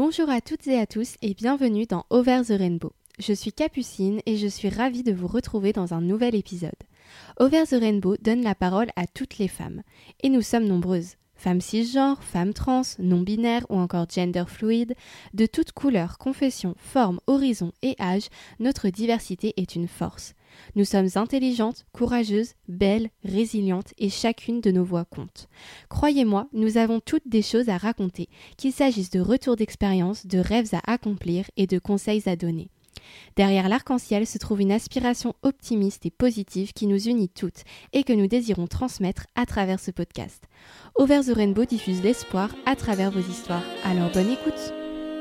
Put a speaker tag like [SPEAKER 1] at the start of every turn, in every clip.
[SPEAKER 1] Bonjour à toutes et à tous et bienvenue dans Over the Rainbow. Je suis Capucine et je suis ravie de vous retrouver dans un nouvel épisode. Over the Rainbow donne la parole à toutes les femmes. Et nous sommes nombreuses. Femmes cisgenres, femmes trans, non-binaires ou encore gender fluide. De toutes couleurs, confessions, formes, horizons et âges, notre diversité est une force. Nous sommes intelligentes, courageuses, belles, résilientes et chacune de nos voix compte. Croyez-moi, nous avons toutes des choses à raconter, qu'il s'agisse de retours d'expérience, de rêves à accomplir et de conseils à donner. Derrière l'arc-en-ciel se trouve une aspiration optimiste et positive qui nous unit toutes et que nous désirons transmettre à travers ce podcast. Over the Rainbow diffuse l'espoir à travers vos histoires. Alors bonne écoute!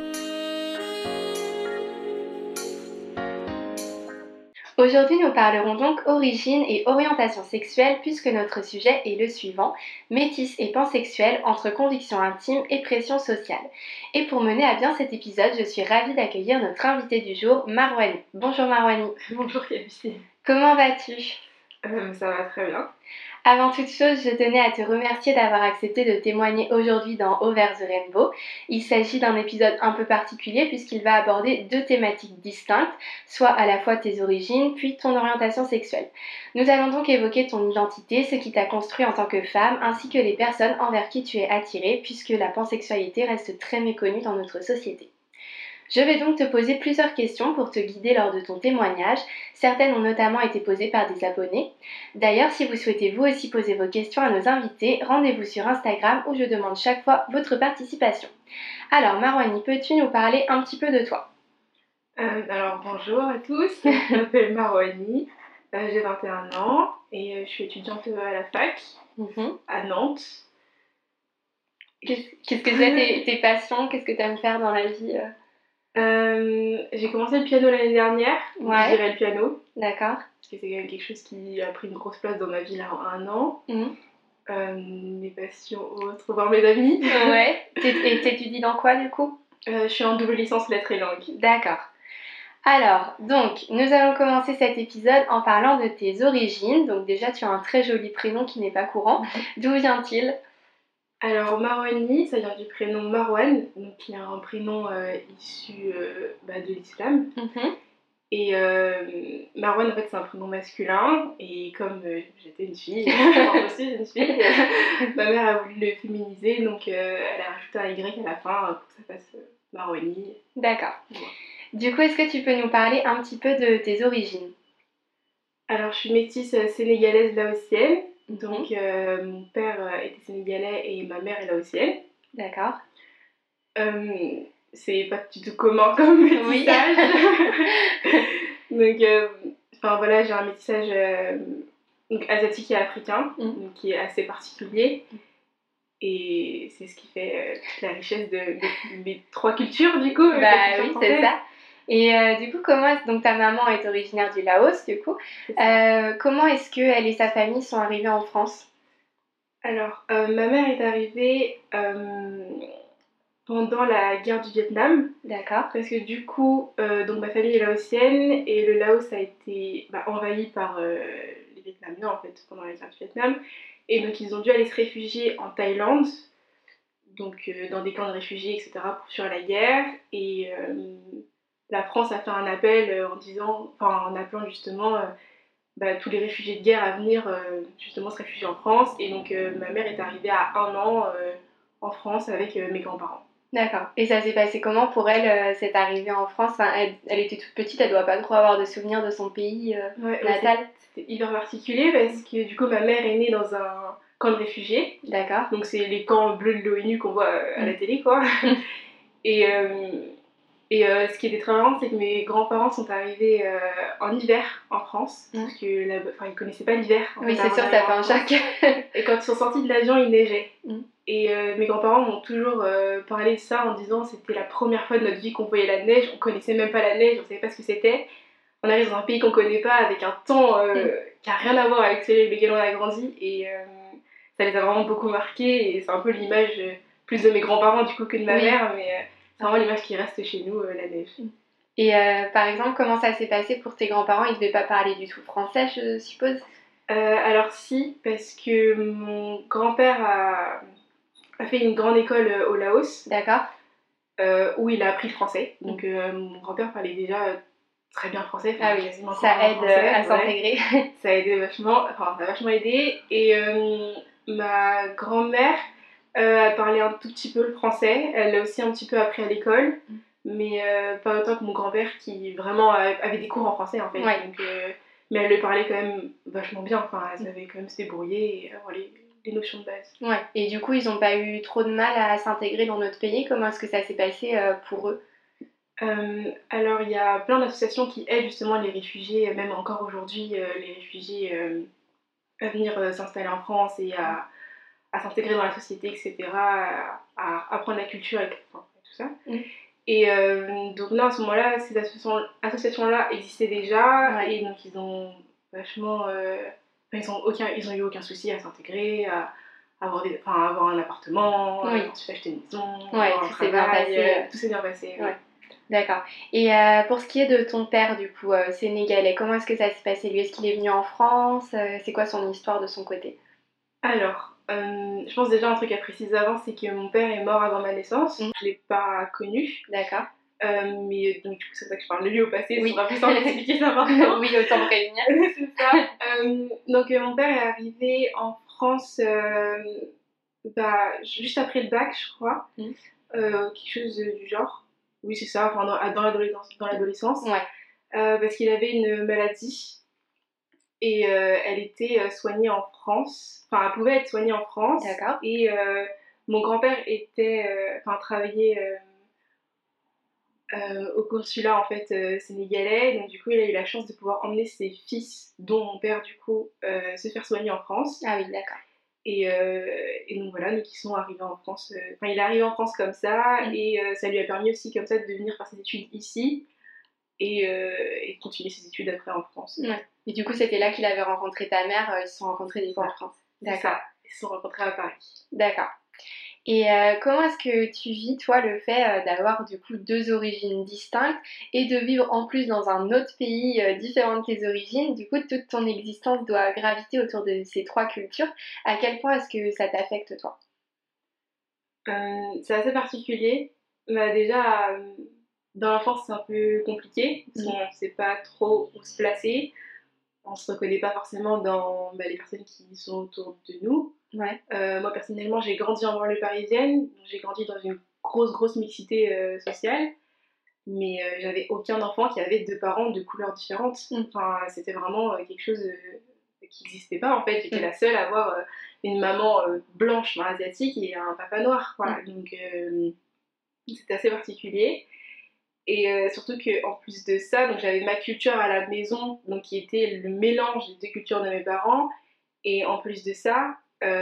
[SPEAKER 1] Aujourd'hui, nous parlerons donc origine et orientation sexuelle puisque notre sujet est le suivant, métis et pansexuel entre convictions intimes et pression sociale. Et pour mener à bien cet épisode, je suis ravie d'accueillir notre invitée du jour, Marouani. Bonjour Marouani.
[SPEAKER 2] Bonjour Capucine.
[SPEAKER 1] Comment vas-tu ?
[SPEAKER 2] Ça va très bien.
[SPEAKER 1] Avant toute chose, je tenais à te remercier d'avoir accepté de témoigner aujourd'hui dans Over the Rainbow. Il s'agit d'un épisode un peu particulier puisqu'il va aborder deux thématiques distinctes, soit à la fois tes origines puis ton orientation sexuelle. Nous allons donc évoquer ton identité, ce qui t'a construit en tant que femme, ainsi que les personnes envers qui tu es attirée puisque la pansexualité reste très méconnue dans notre société. Je vais donc te poser plusieurs questions pour te guider lors de ton témoignage. Certaines ont notamment été posées par des abonnés. D'ailleurs, si vous souhaitez vous aussi poser vos questions à nos invités, rendez-vous sur Instagram où je demande chaque fois votre participation. Alors Marouani, peux-tu nous parler un petit peu de toi ?
[SPEAKER 2] Alors bonjour à tous, je m'appelle Marouani, j'ai 21 ans et je suis étudiante à la fac à Nantes.
[SPEAKER 1] Qu'est-ce que c'est tes passions ? Qu'est-ce que tu aimes faire dans la vie ?
[SPEAKER 2] J'ai commencé le piano l'année dernière, donc je dirais le piano.
[SPEAKER 1] D'accord.
[SPEAKER 2] Parce que c'est quand même quelque chose qui a pris une grosse place dans ma vie là en un an. Mes passions autres, voir mes amis.
[SPEAKER 1] Ouais. Et t'étudies dans quoi du coup ?
[SPEAKER 2] Je suis en double licence lettres et langues.
[SPEAKER 1] D'accord. Alors, donc, nous allons commencer cet épisode en parlant de tes origines. Donc déjà, tu as un très joli prénom qui n'est pas courant. D'où vient-il ?
[SPEAKER 2] Alors, Marouani, ça vient du prénom Marouane, donc qui est un prénom issu de l'islam. Et Marouane, en fait, c'est un prénom masculin. Et comme j'étais une fille, enfin aussi une fille, ma mère a voulu le féminiser, donc elle a rajouté un Y à la fin pour que ça fasse Marouani.
[SPEAKER 1] D'accord.
[SPEAKER 2] Ouais.
[SPEAKER 1] Du coup, est-ce que tu peux nous parler un petit peu de tes origines ?
[SPEAKER 2] Alors, je suis métisse sénégalaise laotienne. Donc, mon père était sénégalais et ma mère est laotienne.
[SPEAKER 1] D'accord.
[SPEAKER 2] C'est pas du tout commun comme métissage. Donc, voilà, j'ai un métissage donc asiatique et africain, donc, qui est assez particulier. Et c'est ce qui fait toute la richesse de mes trois cultures, du coup.
[SPEAKER 1] Bah oui, c'est ça. Et du coup, donc ta maman est originaire du Laos, du coup. Comment est-ce qu'elle et sa famille sont arrivées en France ?
[SPEAKER 2] Alors, ma mère est arrivée pendant la guerre du Vietnam.
[SPEAKER 1] D'accord.
[SPEAKER 2] Parce que du coup, donc ma famille est laotienne et le Laos a été envahi par les Vietnamiens en fait pendant la guerre du Vietnam. Et donc ils ont dû aller se réfugier en Thaïlande, donc dans des camps de réfugiés, etc. pour fuir la guerre. Et la France a fait un appel en appelant justement tous les réfugiés de guerre à venir justement se réfugier en France. Et donc ma mère est arrivée à 1 an en France avec mes grands-parents.
[SPEAKER 1] D'accord. Et ça s'est passé comment pour elle, cette arrivée en France ? Enfin, elle était toute petite, elle doit pas trop avoir de souvenirs de son pays natal.
[SPEAKER 2] C'était hyper particulier parce que du coup ma mère est née dans un camp de réfugiés.
[SPEAKER 1] D'accord.
[SPEAKER 2] Donc c'est les camps bleus de l'ONU qu'on voit à la télé quoi. Et ce qui était très marrant, c'est que mes grands-parents sont arrivés en hiver en France, parce que ils connaissaient pas l'hiver.
[SPEAKER 1] Oui, c'est sûr, ça fait un choc.
[SPEAKER 2] Et quand ils sont sortis de l'avion, il neigeait. Et mes grands-parents m'ont toujours parlé de ça en disant que c'était la première fois de notre vie qu'on voyait la neige, on connaissait même pas la neige, on savait pas ce que c'était. On arrive dans un pays qu'on connaît pas, avec un temps qui a rien à voir avec celui avec lequel on a grandi, et ça les a vraiment beaucoup marqués, et c'est un peu l'image plus de mes grands-parents du coup que de ma mère, mais c'est vraiment l'image qui reste chez nous, la neige.
[SPEAKER 1] Et par exemple, comment ça s'est passé pour tes grands-parents ? Ils devaient pas parler du tout français, je suppose ?
[SPEAKER 2] Alors si, parce que mon grand-père a fait une grande école au Laos.
[SPEAKER 1] D'accord.
[SPEAKER 2] où il a appris le français. Donc mon grand-père parlait déjà très bien français.
[SPEAKER 1] Ah oui,
[SPEAKER 2] quasiment
[SPEAKER 1] ça aide à s'intégrer.
[SPEAKER 2] Ça a aidé vachement, ça a vachement aidé. Et ma grand-mère a parlé un tout petit peu le français. Elle l'a aussi un petit peu appris à l'école, mais pas autant que mon grand-père qui vraiment avait des cours en français en fait.
[SPEAKER 1] Ouais.
[SPEAKER 2] Donc, mais elle le parlait quand même vachement bien. Enfin, elle savait quand même se débrouiller et avoir les notions de base.
[SPEAKER 1] Ouais. Et du coup, ils n'ont pas eu trop de mal à s'intégrer dans notre pays. Comment est-ce que ça s'est passé pour eux?
[SPEAKER 2] Alors, il y a plein d'associations qui aident justement les réfugiés, même encore aujourd'hui, les réfugiés à venir s'installer en France et à s'intégrer dans la société, etc., à apprendre la culture et enfin, tout ça. Et donc là, à ce moment-là, ces associations-là existaient déjà, et donc ils ont vachement... ils ont eu aucun souci à s'intégrer, à avoir un appartement, ensuite acheter une maison, avoir un travail, tout s'est bien passé.
[SPEAKER 1] Ouais. D'accord. Et pour ce qui est de ton père, du coup, sénégalais, comment est-ce que ça s'est passé lui? Est-ce qu'il est venu en France? C'est quoi son histoire de son côté?
[SPEAKER 2] Alors, je pense déjà un truc à préciser avant, c'est que mon père est mort avant ma naissance. Je ne l'ai pas connu.
[SPEAKER 1] D'accord.
[SPEAKER 2] Mais donc du coup c'est pour ça que je parle de lui au passé, c'est plus simple d'expliquer ça maintenant.
[SPEAKER 1] Oui, autant prévenir.
[SPEAKER 2] C'est ça. Donc mon père est arrivé en France juste après le bac, je crois. Quelque chose du genre. Oui, c'est ça, enfin, dans l'adolescence.
[SPEAKER 1] Ouais.
[SPEAKER 2] Parce qu'il avait une maladie et elle était soignée en France. Enfin, elle pouvait être soignée en France.
[SPEAKER 1] D'accord.
[SPEAKER 2] Et mon grand-père travaillait au consulat en fait sénégalais. Donc du coup, il a eu la chance de pouvoir emmener ses fils, dont mon père du coup, se faire soigner en France.
[SPEAKER 1] Ah oui, d'accord.
[SPEAKER 2] Et donc voilà, donc ils sont arrivés en France. Il est arrivé en France comme ça, et ça lui a permis aussi comme ça de venir faire ses études ici et de continuer ses études après en France.
[SPEAKER 1] Ouais. Et du coup, c'était là qu'il avait rencontré ta mère, ils se sont rencontrés du coup en France.
[SPEAKER 2] D'accord. Ils se sont rencontrés à Paris.
[SPEAKER 1] D'accord. Et comment est-ce que tu vis, toi, le fait d'avoir du coup deux origines distinctes et de vivre en plus dans un autre pays différent de tes origines? Du coup, toute ton existence doit graviter autour de ces trois cultures. À quel point est-ce que ça t'affecte, toi?
[SPEAKER 2] C'est assez particulier. Déjà, dans l'enfance, c'est un peu compliqué, parce qu'on ne sait pas trop où se placer. On ne se reconnaît pas forcément dans les personnes qui sont autour de nous.
[SPEAKER 1] Ouais.
[SPEAKER 2] Moi, personnellement, j'ai grandi en banlieue parisienne, donc j'ai grandi dans une grosse mixité sociale, mais j'avais aucun enfant qui avait deux parents de couleurs différentes. Enfin, c'était vraiment quelque chose qui n'existait pas en fait. J'étais la seule à avoir une maman blanche, asiatique, et un papa noir. Voilà. Donc c'était assez particulier. Et surtout qu'en plus de ça, donc j'avais ma culture à la maison, donc qui était le mélange des deux cultures de mes parents. Et en plus de ça,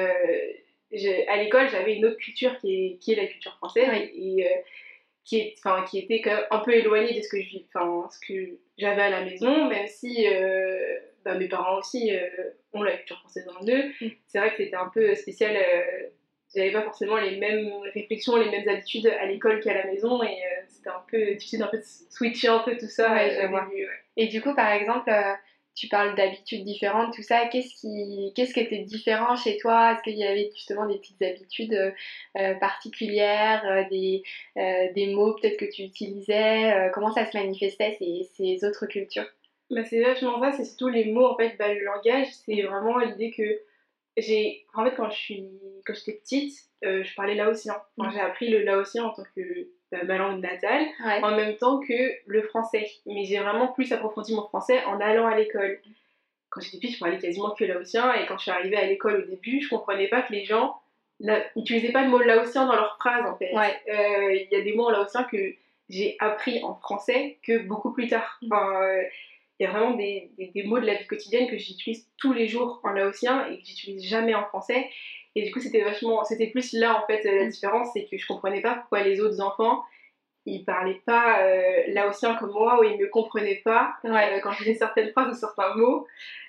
[SPEAKER 2] à l'école, j'avais une autre culture qui est la culture française, et qui était quand même un peu éloignée de ce que j'avais à la maison, même si mes parents aussi ont la culture française en eux. C'est vrai que c'était un peu spécial. J'avais pas forcément les mêmes réflexions, les mêmes habitudes à l'école qu'à la maison, et c'était un peu difficile de switcher un peu tout ça.
[SPEAKER 1] Je vois. Début, Et du coup, par exemple, tu parles d'habitudes différentes, tout ça. Qu'est-ce qui était différent chez toi? Est-ce qu'il y avait justement des petites habitudes particulières, des mots peut-être que tu utilisais? Comment ça se manifestait ces autres cultures?
[SPEAKER 2] C'est vachement ça, c'est surtout les mots, en fait, le langage. C'est vraiment l'idée que en fait, quand j'étais petite, je parlais laotien. J'ai appris le laotien en tant que ma langue natale, en même temps que le français. Mais j'ai vraiment plus approfondi mon français en allant à l'école. Quand j'étais petite, je parlais quasiment que laotien, et quand je suis arrivée à l'école au début, je comprenais pas que les gens n'utilisaient pas le mot laotien dans leurs phrases, en fait. Il y a des mots en laotien que j'ai appris en français que beaucoup plus tard. Il y a vraiment des mots de la vie quotidienne que j'utilise tous les jours en laotien et que j'utilise jamais en français. Et du coup, c'était plus là, en fait, la différence, c'est que je comprenais pas pourquoi les autres enfants, ils parlaient pas laotien comme moi, ou ils me comprenaient pas quand je disais certaines phrases ou certains mots.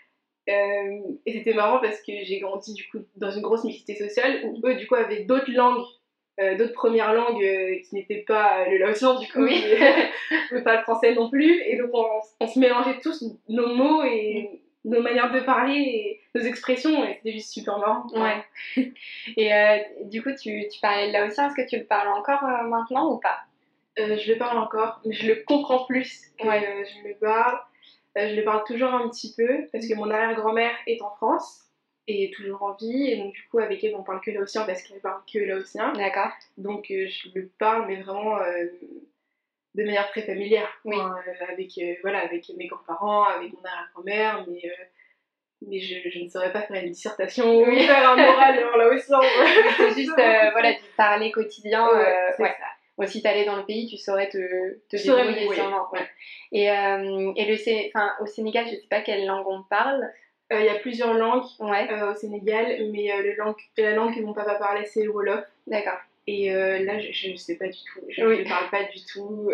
[SPEAKER 2] Et c'était marrant parce que j'ai grandi, du coup, dans une grosse mixité sociale où eux, du coup, avaient d'autres langues, d'autres premières langues qui n'étaient pas le laotien, du coup, mais pas le français non plus. Et donc on se mélangeait tous nos mots et nos manières de parler et nos expressions, et c'était juste super marrant.
[SPEAKER 1] Et du coup, tu parlais de laotien, est-ce que tu le parles encore maintenant ou pas?
[SPEAKER 2] Je le parle encore, mais je le comprends plus que je le parle. Je le parle toujours un petit peu parce que mon arrière-grand-mère est en France et est toujours en vie, et donc du coup avec elle on parle que laotien parce qu'elle parle que laotien.
[SPEAKER 1] D'accord.
[SPEAKER 2] Donc je le parle, mais vraiment de manière très familière.
[SPEAKER 1] Oui.
[SPEAKER 2] Enfin, avec mes grands-parents, avec mon arrière-grand-mère, mais je ne saurais pas faire une dissertation ou faire un oral en laotien.
[SPEAKER 1] C'est juste du parler quotidien.
[SPEAKER 2] C'est ça.
[SPEAKER 1] Bon, si t'allais dans le pays, tu saurais te débrouiller sûrement. Ouais. Et au Sénégal, je sais pas quelle langue on parle.
[SPEAKER 2] Il y a plusieurs langues au Sénégal, mais la langue que mon papa parlait, c'est le Wolof.
[SPEAKER 1] D'accord.
[SPEAKER 2] Et là, je ne sais pas du tout. Je ne parle pas du tout.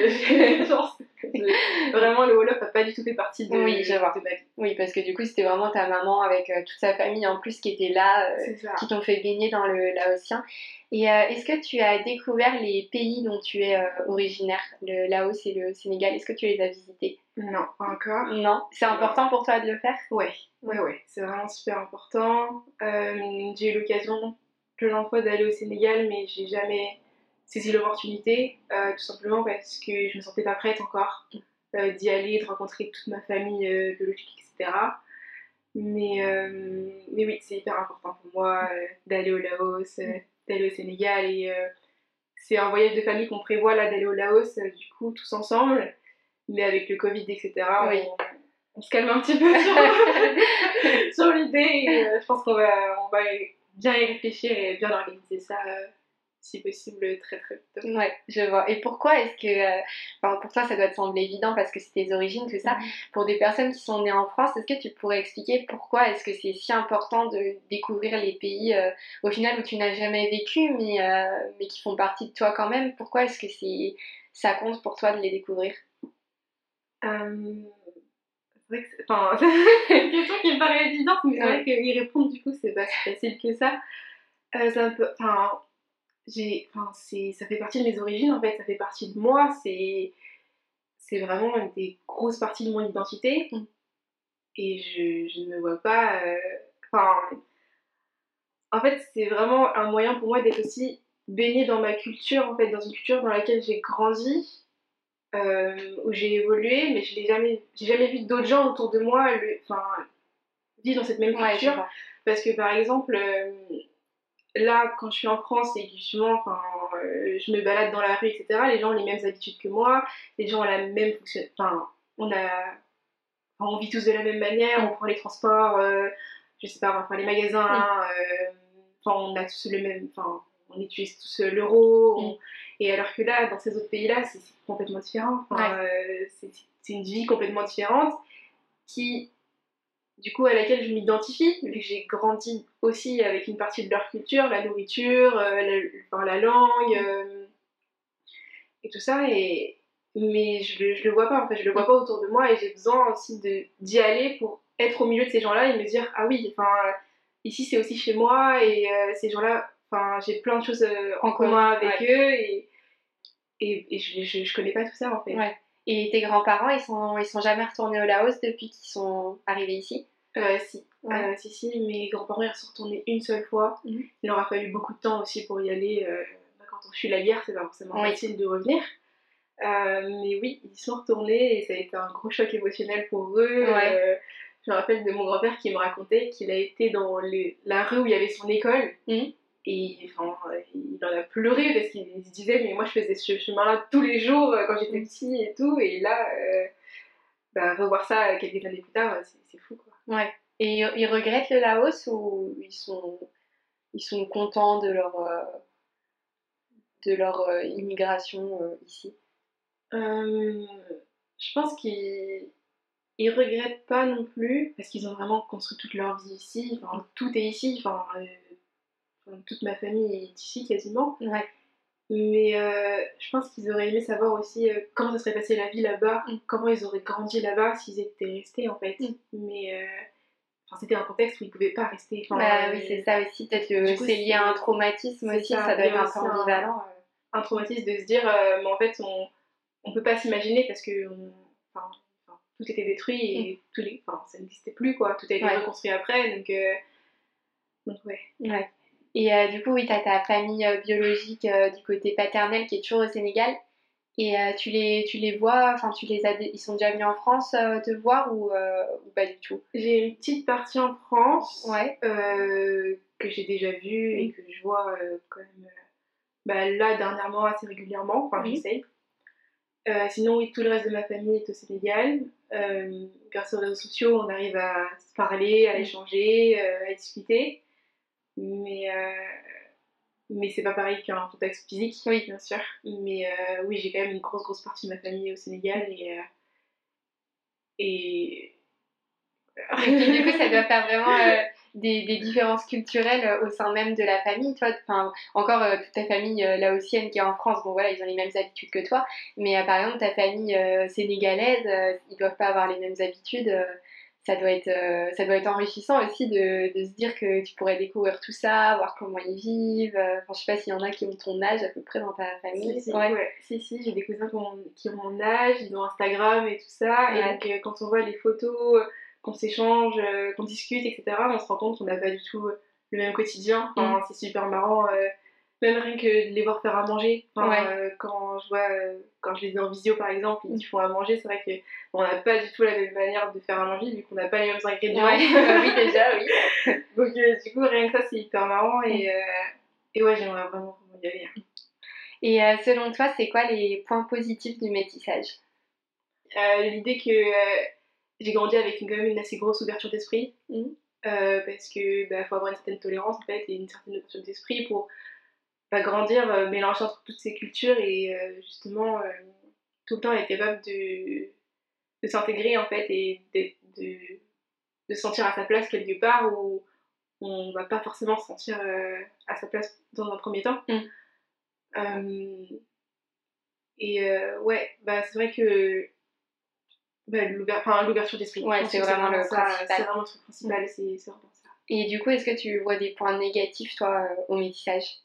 [SPEAKER 2] Vraiment, le Wolof n'a pas du tout fait partie de ma vie.
[SPEAKER 1] Oui, parce que du coup, c'était vraiment ta maman avec toute sa famille en plus qui était là, qui t'ont fait baigner dans le laotien. Et est-ce que tu as découvert les pays dont tu es originaire, le Laos et le Sénégal? Est-ce que tu les as visités?
[SPEAKER 2] Non, pas encore.
[SPEAKER 1] Non. C'est important pour toi de le faire?
[SPEAKER 2] Ouais. C'est vraiment super important. J'ai eu l'occasion plein de fois d'aller au Sénégal, mais j'ai jamais saisi l'opportunité, tout simplement parce que je me sentais pas prête encore d'y aller, de rencontrer toute ma famille biologique, etc. Mais oui, c'est hyper important pour moi d'aller au Laos, d'aller au Sénégal, et c'est un voyage de famille qu'on prévoit là d'aller au Laos, du coup tous ensemble, mais avec le Covid, etc. On se calme un petit peu sur l'idée, et je pense qu'on va bien y réfléchir et bien organiser ça, si possible, très très vite.
[SPEAKER 1] Ouais, je vois. Et pourquoi est-ce que, pour toi ça doit te sembler évident parce que c'est tes origines, tout ça, pour des personnes qui sont nées en France, est-ce que tu pourrais expliquer pourquoi est-ce que c'est si important de découvrir les pays au final où tu n'as jamais vécu, mais qui font partie de toi quand même? Pourquoi est-ce que ça compte pour toi de les découvrir?
[SPEAKER 2] C'est vrai que c'est une question qui me paraît évidente, mais c'est vrai qu'y répondre du coup c'est pas si facile que ça. C'est un peu, ça fait partie de mes origines en fait, ça fait partie de moi, c'est vraiment une des grosses parties de mon identité, et je ne me vois pas. En fait, c'est vraiment un moyen pour moi d'être aussi baignée dans ma culture, en fait, dans une culture dans laquelle j'ai grandi, où j'ai évolué, mais j'ai jamais vu d'autres gens autour de moi vivre dans cette même culture. Parce que par exemple, là, quand je suis en France et que justement, je me balade dans la rue, etc., les gens ont les mêmes habitudes que moi, les gens ont la même fonction, on vit tous de la même manière, on prend les transports, je sais pas, les magasins, on a tous le même, on utilise tous l'euro, et alors que là, dans ces autres pays-là, c'est complètement différent. C'est une vie complètement différente qui, du coup, à laquelle je m'identifie, vu que j'ai grandi aussi avec une partie de leur culture, la nourriture, la langue, et tout ça, mais je le vois pas, en fait, je le vois pas autour de moi, et j'ai besoin aussi d'y aller pour être au milieu de ces gens-là et me dire, ah oui, ici c'est aussi chez moi, et ces gens-là, j'ai plein de choses en commun avec eux, et je connais pas tout ça, en fait.
[SPEAKER 1] Ouais. Et tes grands-parents, ils sont jamais retournés au Laos depuis qu'ils sont arrivés ici?
[SPEAKER 2] Si, mes grands-parents ils sont retournés une seule fois. Il leur a fallu beaucoup de temps aussi pour y aller. Quand on fuit la guerre, c'est pas forcément facile de revenir. Mais oui, ils sont retournés, et ça a été un gros choc émotionnel pour eux. Je me rappelle de mon grand-père qui me racontait qu'il a été dans la rue où il y avait son école. Et il en a pleuré parce qu'il se disait, mais moi je faisais ce chemin-là tous les jours quand j'étais petit et tout, et là, revoir ça quelques années plus tard, c'est fou, quoi.
[SPEAKER 1] Ouais. Et ils regrettent le Laos, ou ils sont contents de leur immigration ici?
[SPEAKER 2] Je pense qu'ils regrettent pas non plus, parce qu'ils ont vraiment construit toute leur vie ici, tout est ici, toute ma famille est ici quasiment. Mais je pense qu'ils auraient aimé savoir aussi comment ça serait passé la vie là-bas, comment ils auraient grandi là-bas s'ils étaient restés, en fait. Mais c'était un contexte où ils pouvaient pas rester.
[SPEAKER 1] Oui, c'est ça aussi, peut-être que c'est lié à un traumatisme aussi, ça doit être un peu ambivalent.
[SPEAKER 2] Un traumatisme de se dire, mais en fait, on peut pas s'imaginer parce que tout était détruit, et ça n'existait plus, quoi. Tout a été reconstruit après, donc ouais.
[SPEAKER 1] Et du coup, oui, t'as ta famille biologique du côté paternel qui est toujours au Sénégal. Et tu les vois, enfin ils sont déjà venus en France te voir ou pas du tout?
[SPEAKER 2] J'ai une petite partie en France
[SPEAKER 1] Ouais.
[SPEAKER 2] que j'ai déjà vue et que je vois quand même là dernièrement assez régulièrement, enfin j'essaye. Sinon oui, tout le reste de ma famille est au Sénégal. Grâce aux réseaux sociaux, on arrive à se parler, à échanger, à discuter. Mais, mais c'est pas pareil qu'un contact physique,
[SPEAKER 1] Oui.
[SPEAKER 2] bien sûr. Mais oui, j'ai quand même une grosse partie de ma famille au Sénégal et
[SPEAKER 1] Et du coup, ça doit faire vraiment des différences culturelles au sein même de la famille. Toi, enfin, encore toute ta famille laotienne qui est en France, bon voilà, ils ont les mêmes habitudes que toi. Mais par exemple, ta famille sénégalaise, ils doivent pas avoir les mêmes habitudes. Ça doit être enrichissant aussi de se dire que tu pourrais découvrir tout ça, voir comment ils vivent. Enfin, je sais pas s'il y en a qui ont ton âge à peu près dans ta famille.
[SPEAKER 2] Si, j'ai des cousins qui ont mon âge, ils ont Instagram et tout ça.
[SPEAKER 1] Ouais.
[SPEAKER 2] Et donc, quand on voit les photos, qu'on s'échange, qu'on discute, etc., on se rend compte qu'on n'a pas du tout le même quotidien. Enfin, c'est super marrant. Même rien que de les voir faire à manger. Enfin, quand quand je les ai en visio par exemple, ils font à manger, c'est vrai que on n'a pas du tout la même manière de faire à manger vu qu'on n'a pas les mêmes ingrédients.
[SPEAKER 1] Oui, déjà, oui.
[SPEAKER 2] Donc, du coup, rien que ça, c'est hyper marrant. Et ouais, j'aimerais vraiment y aller.
[SPEAKER 1] Et selon toi, c'est quoi les points positifs du métissage?
[SPEAKER 2] L'idée que j'ai grandi avec quand même une assez grosse ouverture d'esprit. Parce que faut avoir une certaine tolérance en fait et une certaine ouverture d'esprit pour grandir, mélanger entre toutes ces cultures et justement tout le temps être capable de s'intégrer en fait et de se sentir à sa place quelque part où on va pas forcément se sentir à sa place dans un premier temps. Euh, et ouais, c'est vrai que l'ouverture d'esprit.
[SPEAKER 1] Ouais, c'est vraiment le principal.
[SPEAKER 2] C'est vraiment le truc principal, c'est vraiment ça.
[SPEAKER 1] Et du coup, est-ce que tu vois des points négatifs, toi, au métissage?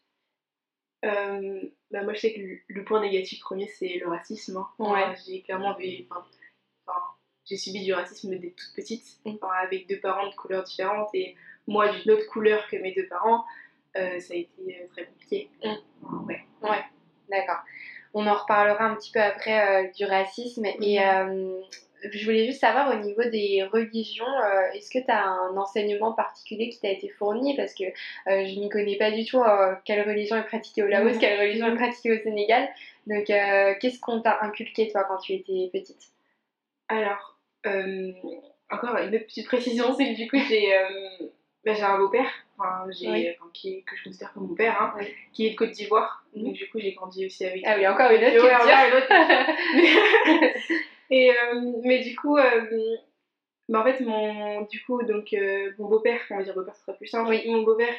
[SPEAKER 2] Moi, je sais que le point négatif premier, c'est le racisme. Hein.
[SPEAKER 1] Ouais.
[SPEAKER 2] J'ai clairement j'ai subi du racisme dès toute petite, avec deux parents de couleurs différentes et moi d'une autre couleur que mes deux parents. Ça a été très compliqué. Ouais,
[SPEAKER 1] d'accord. On en reparlera un petit peu après du racisme. Et je voulais juste savoir au niveau des religions, est-ce que tu as un enseignement particulier qui t'a été fourni? Parce que je n'y connais pas du tout quelle religion est pratiquée au Laos, quelle religion est pratiquée au Sénégal. Donc qu'est-ce qu'on t'a inculqué toi quand tu étais petite?
[SPEAKER 2] Alors, encore une autre petite précision, c'est que du coup j'ai un beau-père, que je considère comme mon père, hein, qui est de Côte d'Ivoire. Donc du coup j'ai grandi aussi avec.
[SPEAKER 1] Ah oui, encore une autre
[SPEAKER 2] culture. Et mais du coup, en fait mon beau-père, on va dire beau-père, ce sera plus simple.
[SPEAKER 1] Oui.
[SPEAKER 2] Mon beau-père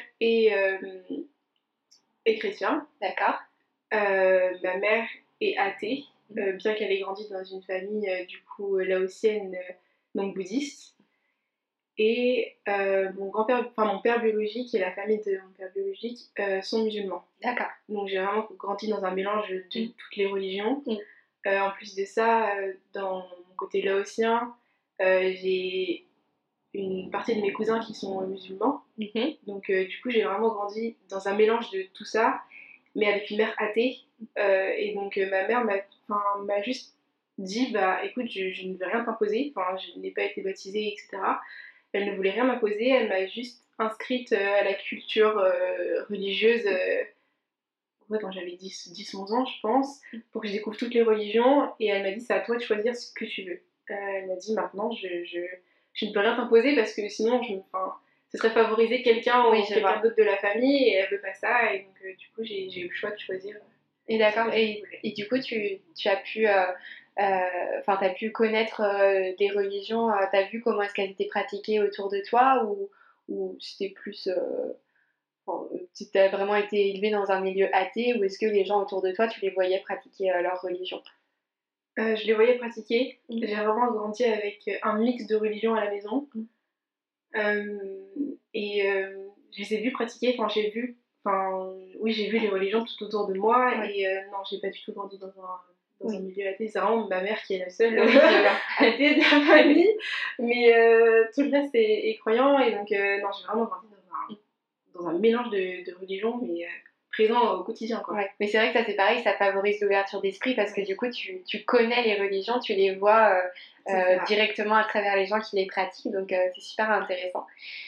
[SPEAKER 2] est chrétien.
[SPEAKER 1] D'accord.
[SPEAKER 2] Ma mère est athée, bien qu'elle ait grandi dans une famille laotienne, donc bouddhiste. Et mon père biologique et la famille de mon père biologique sont musulmans.
[SPEAKER 1] D'accord.
[SPEAKER 2] Donc j'ai vraiment grandi dans un mélange de toutes les religions. En plus de ça, dans mon côté laotien, j'ai une partie de mes cousins qui sont musulmans. Donc du coup j'ai vraiment grandi dans un mélange de tout ça, mais avec une mère athée. Et donc ma mère m'a juste dit écoute, je ne veux rien t'imposer, je n'ai pas été baptisée, etc. Elle ne voulait rien m'imposer, elle m'a juste inscrite à la culture religieuse quand j'avais 10-11 ans, je pense, pour que je découvre toutes les religions. Et elle m'a dit c'est à toi de choisir ce que tu veux. Elle m'a dit maintenant je ne peux rien t'imposer parce que sinon ce serait favoriser quelqu'un ou quelqu'un d'autre de la famille et elle veut pas ça. Et donc du coup j'ai eu le choix de choisir.
[SPEAKER 1] Et d'accord, et du coup tu as pu t'as pu connaître des religions, t'as vu comment est-ce qu'elles étaient pratiquées autour de toi ou c'était plus tu as vraiment été élevé dans un milieu athée ou est-ce que les gens autour de toi tu les voyais pratiquer leur religion?
[SPEAKER 2] Je les voyais pratiquer. J'ai vraiment grandi avec un mix de religions à la maison. Et je les ai vus pratiquer, j'ai vu les religions tout autour de moi. Et non, j'ai pas du tout grandi dans un milieu athée. C'est vraiment ma mère qui est la seule athée de la famille. Mais tout le reste est croyant. Et donc non, j'ai vraiment grandi dans un mélange de religions, mais présent au quotidien, quoi.
[SPEAKER 1] Ouais. Mais c'est vrai que ça c'est pareil, ça favorise l'ouverture d'esprit parce que du coup tu connais les religions, tu les vois directement à travers les gens qui les pratiquent, donc c'est super intéressant.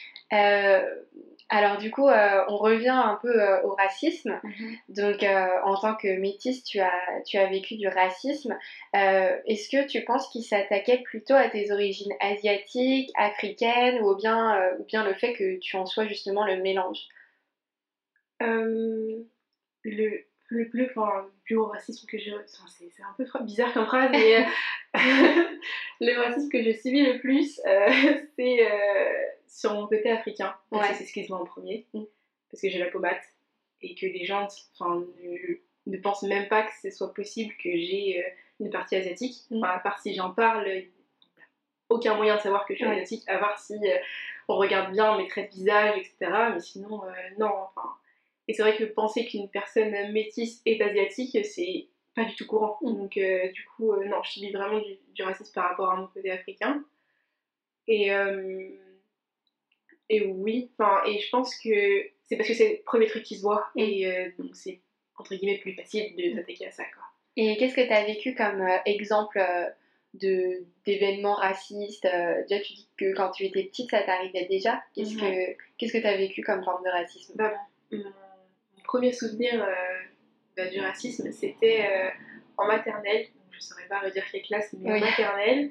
[SPEAKER 1] Alors du coup, on revient un peu au racisme. Donc en tant que métisse, tu as vécu du racisme. Est-ce que tu penses qu'il s'attaquait plutôt à tes origines asiatiques, africaines, ou bien le fait que tu en sois justement le mélange?
[SPEAKER 2] Le plus gros racisme que j'ai... Enfin, c'est un peu bizarre comme phrase, mais le racisme que j'ai subi le plus, c'est sur mon côté africain. Parce que c'est ce qui se voit en premier. Parce que j'ai la peau mate. Et que les gens ne pensent même pas que ce soit possible que j'ai une partie asiatique. Enfin, à part si j'en parle, il n'y a aucun moyen de savoir que je suis asiatique, à part si on regarde bien mes traits de visage, etc. Mais sinon, non, enfin... Et c'est vrai que penser qu'une personne métisse est asiatique, c'est pas du tout courant. Donc du coup, non, je subis vraiment du racisme par rapport à mon côté africain. Et oui, et je pense que c'est parce que c'est le premier truc qui se voit. Et donc c'est, entre guillemets, plus facile de s'attaquer à ça, quoi.
[SPEAKER 1] Et qu'est-ce que tu as vécu comme exemple d'événements racistes? Déjà, tu dis que quand tu étais petite, ça t'arrivait déjà. Qu'est-ce que tu as vécu comme forme de racisme?
[SPEAKER 2] Mon premier souvenir du racisme, c'était en maternelle. Donc, je ne saurais pas redire quelle classe, mais en maternelle.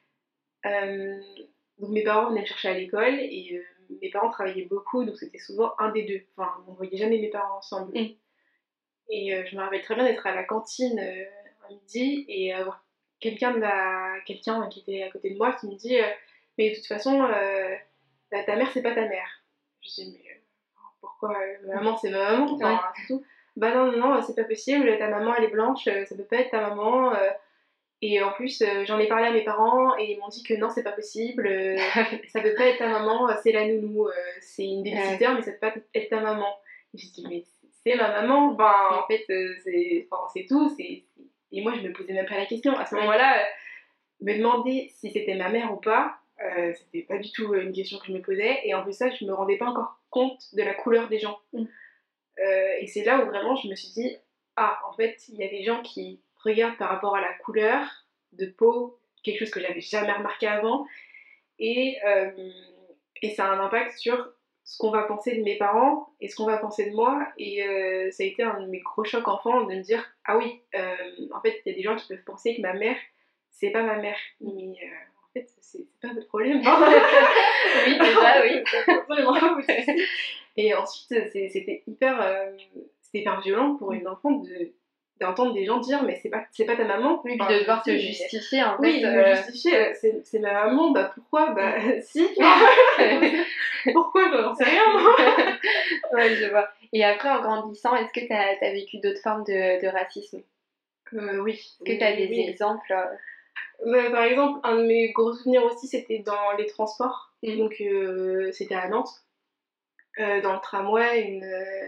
[SPEAKER 2] Donc mes parents venaient me chercher à l'école et mes parents travaillaient beaucoup, donc c'était souvent un des deux. Enfin, on ne voyait jamais mes parents ensemble. Et je me rappelle très bien d'être à la cantine un midi et avoir quelqu'un qui était à côté de moi qui me dit mais de toute façon, ta mère, c'est pas ta mère. Je dis mais pourquoi ma maman, c'est ma maman, enfin, c'est tout. Bah non, c'est pas possible, ta maman, elle est blanche, ça peut pas être ta maman. Et en plus, j'en ai parlé à mes parents et ils m'ont dit que non, c'est pas possible, ça peut pas être ta maman, c'est la nounou, c'est une babysitter, mais ça peut pas être ta maman. Et j'ai dit, mais c'est ma maman, enfin, en fait, c'est tout. Et moi, je me posais même pas la question. À ce moment-là, me demander si c'était ma mère ou pas, c'était pas du tout une question que je me posais. Et en plus, ça, je me rendais pas encore compte de la couleur des gens. Et c'est là où vraiment je me suis dit, ah, en fait, il y a des gens qui regardent par rapport à la couleur de peau, quelque chose que j'avais jamais remarqué avant, et ça a un impact sur ce qu'on va penser de mes parents et ce qu'on va penser de moi. Et ça a été un de mes gros chocs enfants de me dire, ah oui, en fait, il y a des gens qui peuvent penser que ma mère, c'est pas ma mère. Mais en fait, c'est pas votre problème.
[SPEAKER 1] Oui, déjà, oui.
[SPEAKER 2] Absolument. Et ensuite, c'était hyper violent pour une enfant d'entendre des gens dire mais c'est pas ta maman.
[SPEAKER 1] Oui, puis de devoir te justifier en fait.
[SPEAKER 2] Oui, me justifier, c'est ma maman, bah pourquoi? Bah si. Pourquoi? J'en sais rien moi.
[SPEAKER 1] Ouais, je vois. Et après, en grandissant, est-ce que t'as vécu d'autres formes de racisme?
[SPEAKER 2] Oui.
[SPEAKER 1] Est-ce que t'as des exemples?
[SPEAKER 2] Par exemple, un de mes gros souvenirs aussi, c'était dans les transports. Donc c'était à Nantes. Dans le tramway,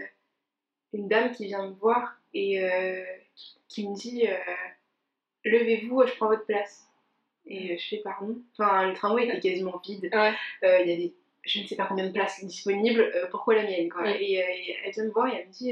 [SPEAKER 2] une dame qui vient me voir et qui me dit levez-vous, je prends votre place. Et je fais pardon. Enfin, le tramway était quasiment vide. Il y avait je ne sais pas combien de places disponibles, pourquoi la mienne, quoi. Et elle vient me voir et elle me dit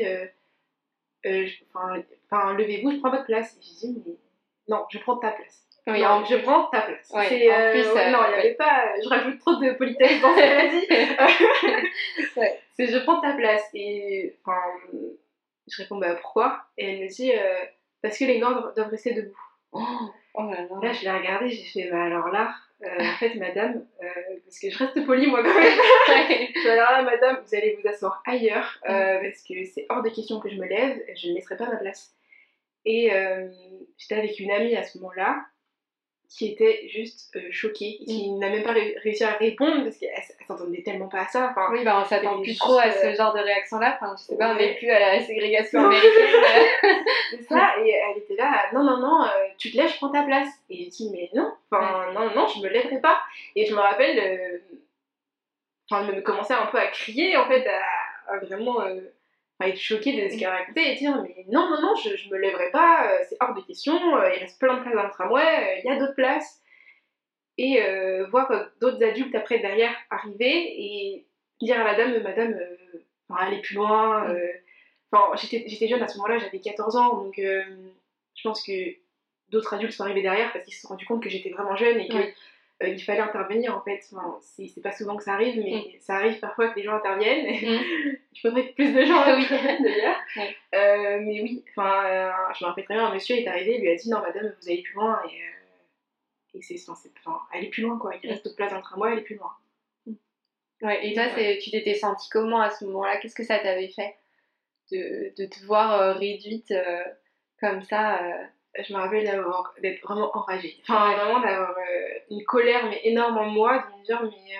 [SPEAKER 2] levez-vous, je prends votre place. Et je dis mais non, je prends ta place.
[SPEAKER 1] Oui,
[SPEAKER 2] non, je prends ta place.
[SPEAKER 1] Ouais,
[SPEAKER 2] c'est,
[SPEAKER 1] en plus,
[SPEAKER 2] non, il n'y avait pas. Je rajoute trop de politesse dans ce qu'elle a dit. C'est je prends ta place. Et enfin, je réponds bah pourquoi? Et elle me dit parce que les Noirs doivent rester debout.
[SPEAKER 1] Oh là là.
[SPEAKER 2] Là, je l'ai regardée, j'ai fait bah alors là, en fait, madame, parce que je reste polie moi quand même. Alors là, madame, vous allez vous asseoir ailleurs parce que c'est hors de question que je me lève, je ne laisserai pas ma place. Et j'étais avec une amie à ce moment-là qui était juste choquée, qui n'a même pas réussi à répondre parce qu'elle s'entendait tellement pas à ça. Enfin,
[SPEAKER 1] oui, bah on s'attend plus trop à ce genre de réaction-là. Enfin, je sais pas, on n'est plus à la ségrégation américaine.
[SPEAKER 2] C'est ça, et elle était là, non, tu te lèves, je prends ta place. Et je dis, mais non, non, je me lèverai pas. Et je me rappelle, me commencer un peu à crier, en fait, à vraiment être choquée de ce qu'elle racontait et dire, mais non, je me lèverai pas, c'est hors de question, il reste plein de places dans le tramway, il y a d'autres places. Et voir d'autres adultes après derrière arriver et dire à la dame, madame, aller plus loin, Enfin, j'étais jeune à ce moment-là, j'avais 14 ans, donc je pense que d'autres adultes sont arrivés derrière parce qu'ils se sont rendus compte que j'étais vraiment jeune et que il fallait intervenir en fait. Enfin, c'est pas souvent que ça arrive, mais ça arrive parfois que les gens interviennent. Il faudrait que plus de gens interviennent d'ailleurs. Mais oui, enfin, je me rappelle très bien, un monsieur est arrivé, il lui a dit non madame, vous allez plus loin et aller plus loin quoi, il reste d'autres places dans le tramway, aller plus loin.
[SPEAKER 1] Ouais, et toi, tu t'étais sentie comment à ce moment-là? Qu'est-ce que ça t'avait fait de te voir réduite comme ça
[SPEAKER 2] Je me rappelle d'être vraiment enragée. Enfin, vraiment d'avoir une colère mais énorme en moi, de me dire, mais.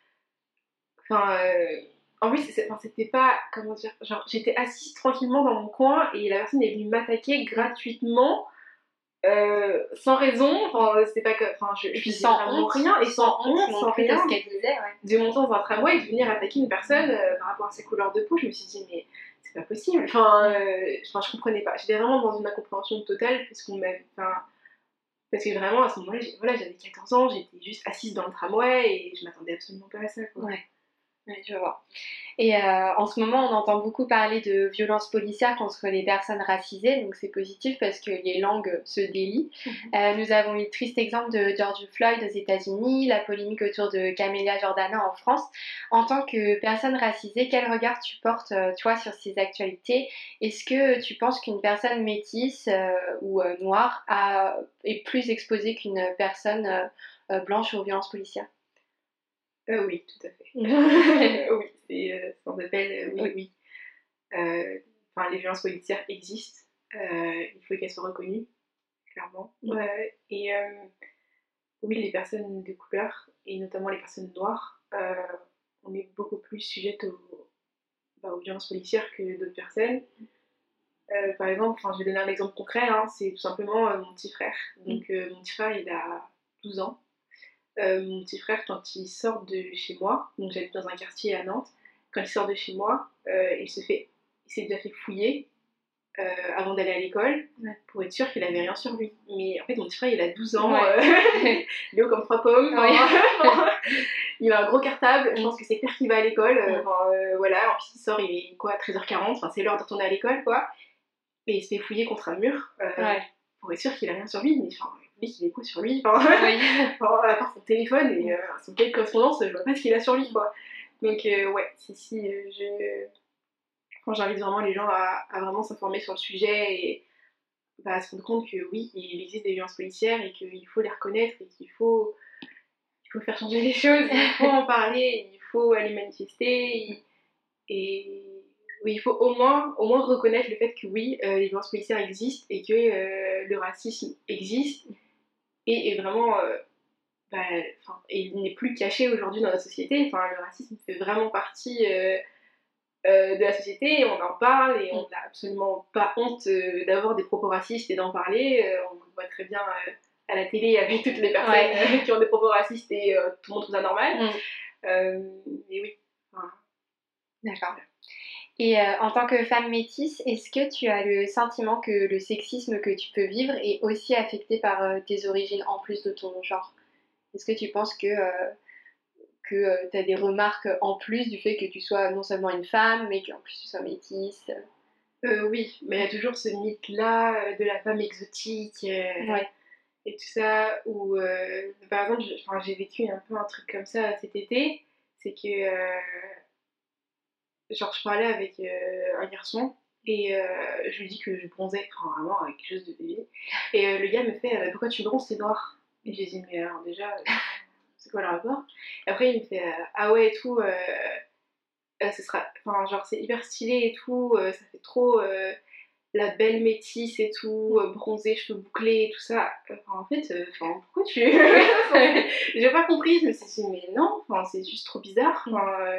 [SPEAKER 2] En plus, c'était pas. Comment dire? Genre, j'étais assise tranquillement dans mon coin et la personne est venue m'attaquer gratuitement. Sans raison, enfin c'était pas que, enfin je
[SPEAKER 1] sans honte,
[SPEAKER 2] rien et sans honte, sans rien
[SPEAKER 1] de ce qu'elle disait,
[SPEAKER 2] de monter dans un tramway et de venir attaquer une personne par rapport à sa couleur de peau. Je me suis dit mais c'est pas possible, enfin je comprenais pas, j'étais vraiment dans une incompréhension totale parce que vraiment à ce moment-là j'avais 14 ans, j'étais juste assise dans le tramway et je m'attendais absolument pas à ça quoi.
[SPEAKER 1] Ouais, je vois. Et en ce moment, on entend beaucoup parler de violences policières contre les personnes racisées, donc c'est positif parce que les langues se délient. Nous avons eu le triste exemple de George Floyd aux États-Unis, la polémique autour de Camélia Jordana en France. En tant que personne racisée, quel regard tu portes, toi, sur ces actualités? Est-ce que tu penses qu'une personne métisse ou noire est plus exposée qu'une personne blanche aux violences policières?
[SPEAKER 2] Oui, tout à fait. Oui, ça s'appelle oui. Les violences policières existent, il faut qu'elles soient reconnues, clairement. Et oui, les personnes de couleur, et notamment les personnes noires, on est beaucoup plus sujettes aux violences policières que d'autres personnes. Par exemple, je vais donner un exemple concret, hein, c'est tout simplement mon petit frère. Donc mon petit frère, il a 12 ans. Mon petit frère, quand il sort de chez moi, donc j'habite dans un quartier à Nantes, quand il sort de chez moi, il s'est déjà fait fouiller avant d'aller à l'école pour être sûr qu'il avait rien sur lui. Mais en fait, mon petit frère, il a 12 ans, il est haut comme 3 pommes, il a un gros cartable, je pense que c'est clair qu'il va à l'école, voilà, en plus il sort, il est quoi, 13h40, enfin, c'est l'heure de retourner à l'école, quoi, et il se fait fouiller contre un mur pour être sûr qu'il a rien sur lui, mais enfin, lui, il est quoi sur lui, à part son téléphone et son cahier de correspondance, je vois pas ce qu'il a sur lui, quoi. Donc, j'invite vraiment les gens à vraiment s'informer sur le sujet et à se rendre compte que oui, il existe des violences policières et qu'il faut les reconnaître et qu'il faut faire changer les choses, il faut en parler, il faut aller manifester et oui, il faut au moins reconnaître le fait que oui, les violences policières existent et que le racisme existe et vraiment il n'est plus caché aujourd'hui dans notre société. Enfin, le racisme fait vraiment partie de la société et on en parle et on n'a absolument pas honte d'avoir des propos racistes et d'en parler. On le voit très bien à la télé avec toutes les personnes qui ont des propos racistes et tout le monde trouve ça normal. Mais oui.
[SPEAKER 1] D'accord. Et en tant que femme métisse, est-ce que tu as le sentiment que le sexisme que tu peux vivre est aussi affecté par tes origines en plus de ton genre? Est-ce que tu penses que tu as des remarques en plus du fait que tu sois non seulement une femme, mais qu'en plus tu sois métisse?
[SPEAKER 2] Oui, mais il y a toujours ce mythe-là de la femme exotique et tout ça. Où, par exemple, j'ai vécu un peu un truc comme ça cet été. C'est que, je parlais avec un garçon et je lui dis que je bronzais, vraiment avec quelque chose de bébé. Et le gars me fait pourquoi tu bronzes, t'es noire? Et je lui dis mais alors déjà, c'est quoi le rapport? Et après il me fait ah ouais et tout. Ce sera, c'est hyper stylé et tout, ça fait trop la belle métisse et tout, bronzée, cheveux bouclés et tout ça. En fait, pourquoi tu. J'ai pas compris, je me suis dit, mais non, c'est juste trop bizarre.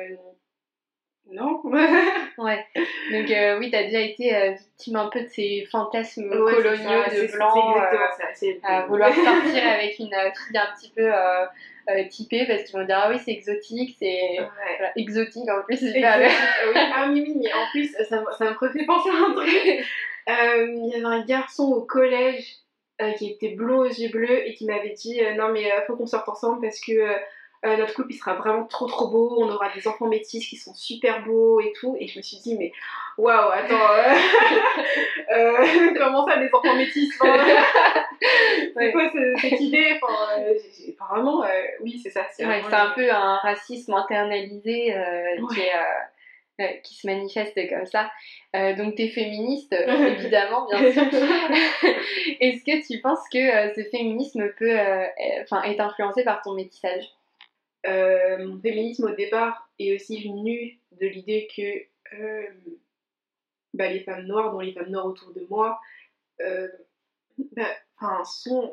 [SPEAKER 2] Non.
[SPEAKER 1] Ouais. Donc oui, t'as déjà été victime un peu de ces fantasmes coloniaux de blanc, à vouloir sortir avec une fille un petit peu typée parce qu'ils vont dire ah oui c'est exotique, c'est exotique en plus.
[SPEAKER 2] Oui, mais en plus ça me refait penser à un truc. Il y avait un garçon au collège qui était blond aux yeux bleus et qui m'avait dit non mais faut qu'on sorte ensemble parce que notre couple il sera vraiment trop beau, on aura des enfants métis qui sont super beaux et tout. Et je me suis dit, mais waouh, attends, comment ça, des enfants métis, c'est quoi cette idée, vraiment, oui, c'est ça.
[SPEAKER 1] C'est un peu un racisme internalisé qui se manifeste comme ça. Donc t'es féministe, évidemment, bien sûr. Est-ce que tu penses que ce féminisme peut est influencé par ton métissage?
[SPEAKER 2] Mon féminisme au départ est aussi venu de l'idée que les femmes noires, dont les femmes noires autour de moi, sont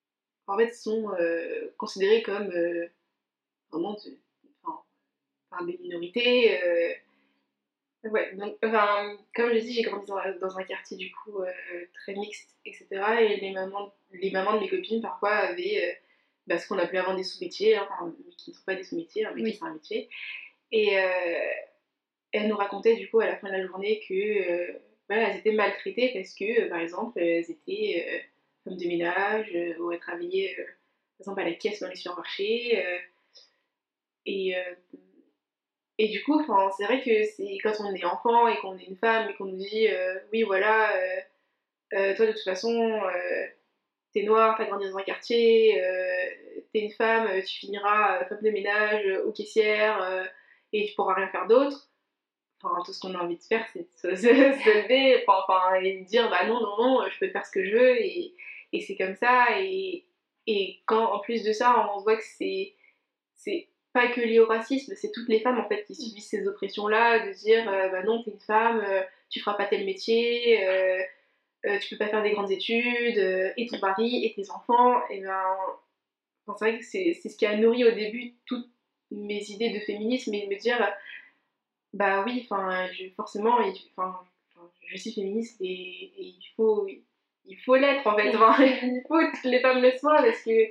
[SPEAKER 2] considérées comme vraiment des minorités. Ouais, donc, comme je dis, j'ai grandi dans un quartier du coup très mixte, etc. Et les mamans de mes copines parfois avaient ce qu'on appelait avant des sous-métiers, hein, mais qui ne sont pas des sous-métiers, un métier c'est un métier. Et elles nous racontaient du coup à la fin de la journée que elles étaient maltraitées parce que par exemple elles étaient femmes de ménage ou elles travaillaient par exemple à la caisse dans les supermarchés. Et Et du coup, c'est vrai que c'est quand on est enfant et qu'on est une femme et qu'on nous dit oui, voilà, toi de toute façon, t'es noire, t'as grandi dans un quartier, t'es une femme, tu finiras femme de ménage ou caissière et tu pourras rien faire d'autre. Tout ce qu'on a envie de faire, c'est de se lever et de dire bah non, non, non, je peux faire ce que je veux et c'est comme ça. Et quand en plus de ça, on voit que c'est pas que lié au racisme, c'est toutes les femmes en fait qui subissent ces oppressions-là, de dire bah non, t'es une femme, tu feras pas tel métier, tu peux pas faire des grandes études, et ton mari, et tes enfants, et c'est vrai que c'est ce qui a nourri au début toutes mes idées de féminisme et de me dire bah oui, forcément, je suis féministe et il faut l'être en fait, il faut que toutes les femmes le soient parce que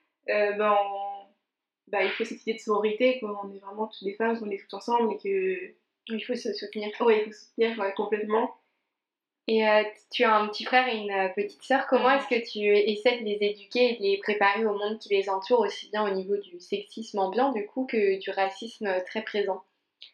[SPEAKER 2] il faut cette idée de sororité, qu'on est vraiment toutes des femmes, qu'on est toutes ensemble et que.
[SPEAKER 1] Il faut se soutenir.
[SPEAKER 2] Ouais, il faut se soutenir complètement.
[SPEAKER 1] Et tu as un petit frère et une petite sœur. Comment est-ce que tu essaies de les éduquer et de les préparer au monde qui les entoure, aussi bien au niveau du sexisme ambiant du coup que du racisme très présent?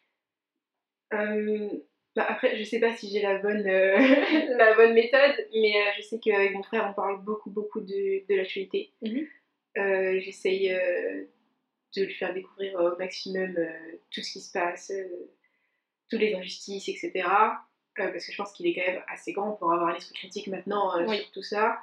[SPEAKER 2] Après, je sais pas si j'ai la bonne, la bonne méthode, mais je sais qu'avec mon frère, on parle beaucoup de l'actualité. J'essaye de lui faire découvrir au maximum tout ce qui se passe, toutes les injustices, etc. Parce que je pense qu'il est quand même assez grand pour avoir un esprit critique maintenant sur tout ça.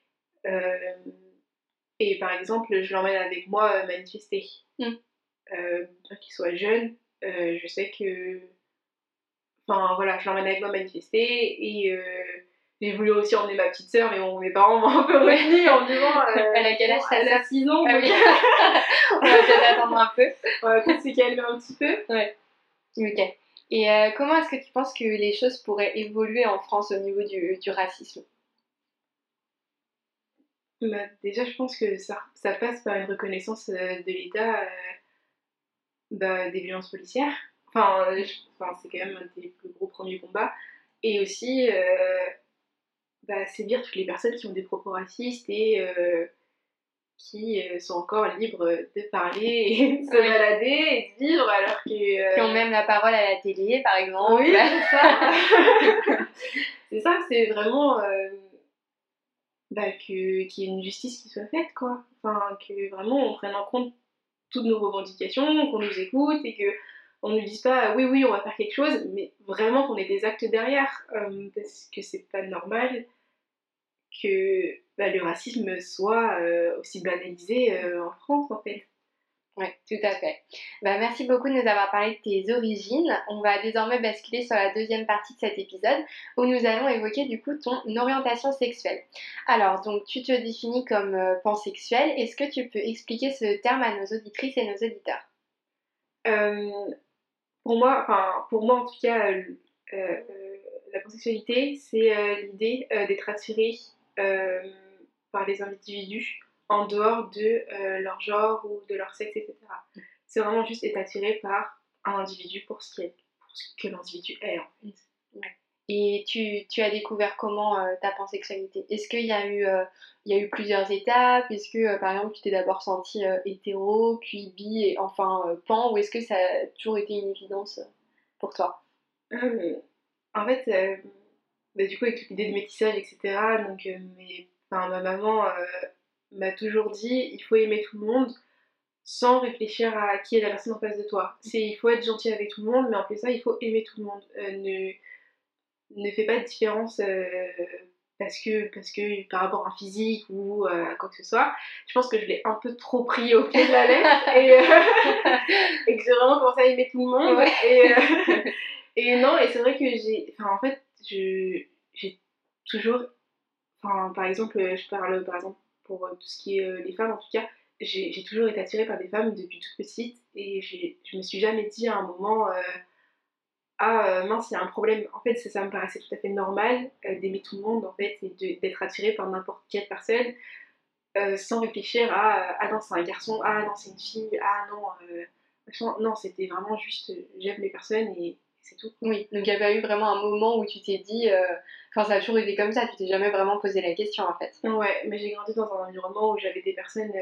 [SPEAKER 2] Et par exemple, je l'emmène avec moi manifester. Bien qu'il soit jeune, je sais que. Je l'emmène avec moi manifester et j'ai voulu aussi emmener ma petite sœur, mais mes parents m'ont un peu retenue en me disant.
[SPEAKER 1] Elle a quel âge?
[SPEAKER 2] Elle a 6 ans.
[SPEAKER 1] Ah oui. On va peut-être attendre un peu.
[SPEAKER 2] On va peut-être se calmer un petit peu.
[SPEAKER 1] Ouais. Ok. Et comment est-ce que tu penses que les choses pourraient évoluer en France au niveau du racisme?
[SPEAKER 2] Déjà, je pense que ça passe par une reconnaissance de l'État des violences policières. C'est quand même un des plus gros premiers combats. Et aussi, sévir toutes les personnes qui ont des propos racistes et qui sont encore libres de parler et de se balader et de vivre alors que.
[SPEAKER 1] Qui ont même la parole à la télé, par exemple.
[SPEAKER 2] Oui, c'est ça. C'est ça, c'est vraiment qu'il y ait une justice qui soit faite, quoi. Que vraiment on prenne en compte toutes nos revendications, qu'on nous écoute et qu'on ne nous dise pas oui, on va faire quelque chose, mais vraiment qu'on ait des actes derrière. Parce que c'est pas normal que le racisme soit aussi banalisé en France, en fait.
[SPEAKER 1] Oui, tout à fait. Merci beaucoup de nous avoir parlé de tes origines. On va désormais basculer sur la deuxième partie de cet épisode où nous allons évoquer du coup ton orientation sexuelle. Alors, donc tu te définis comme pansexuelle. Est-ce que tu peux expliquer ce terme à nos auditrices et nos auditeurs?
[SPEAKER 2] Pour moi en tout cas, la pansexualité, c'est l'idée d'être attiré par les individus en dehors de leur genre ou de leur sexe, etc. C'est vraiment juste être attiré par un individu pour ce que l'individu est, en fait.
[SPEAKER 1] Ouais. Et tu as découvert comment ta pansexualité? Est-ce qu'il y a eu plusieurs étapes? Est-ce que, par exemple, tu t'es d'abord sentie hétéro, puis bi, et enfin pan, ou est-ce que ça a toujours été une évidence pour toi?
[SPEAKER 2] Euh, En fait, bah, du coup, avec toute l'idée de métissage, etc., donc ma maman m'a toujours dit il faut aimer tout le monde sans réfléchir à qui est la personne en face de toi. Il faut être gentil avec tout le monde, mais en plus ça, il faut aimer tout le monde. Ne fais pas de différence parce que par rapport à un physique ou à quoi que ce soit. Je pense que je l'ai un peu trop pris au pied de la lettre et que j'ai vraiment commencé à aimer tout le monde.
[SPEAKER 1] Ouais.
[SPEAKER 2] Et non, et c'est vrai que en fait, j'ai toujours, par exemple, je parle par exemple pour tout ce qui est les femmes en tout cas, j'ai toujours été attirée par des femmes depuis toute petite et je me suis jamais dit à un moment ah mince, il y a un problème. En fait, ça me paraissait tout à fait normal d'aimer tout le monde en fait et d'être attirée par n'importe quelle personne sans réfléchir à ah non, c'est un garçon, ah non, c'est une fille, ah non, machin. Non, c'était vraiment juste j'aime les personnes et c'est tout.
[SPEAKER 1] Oui, donc il n'y a pas eu vraiment un moment où tu t'es dit, enfin ça a toujours été comme ça, tu t'es jamais vraiment posé la question en fait.
[SPEAKER 2] Ouais, mais j'ai grandi dans un environnement où j'avais des personnes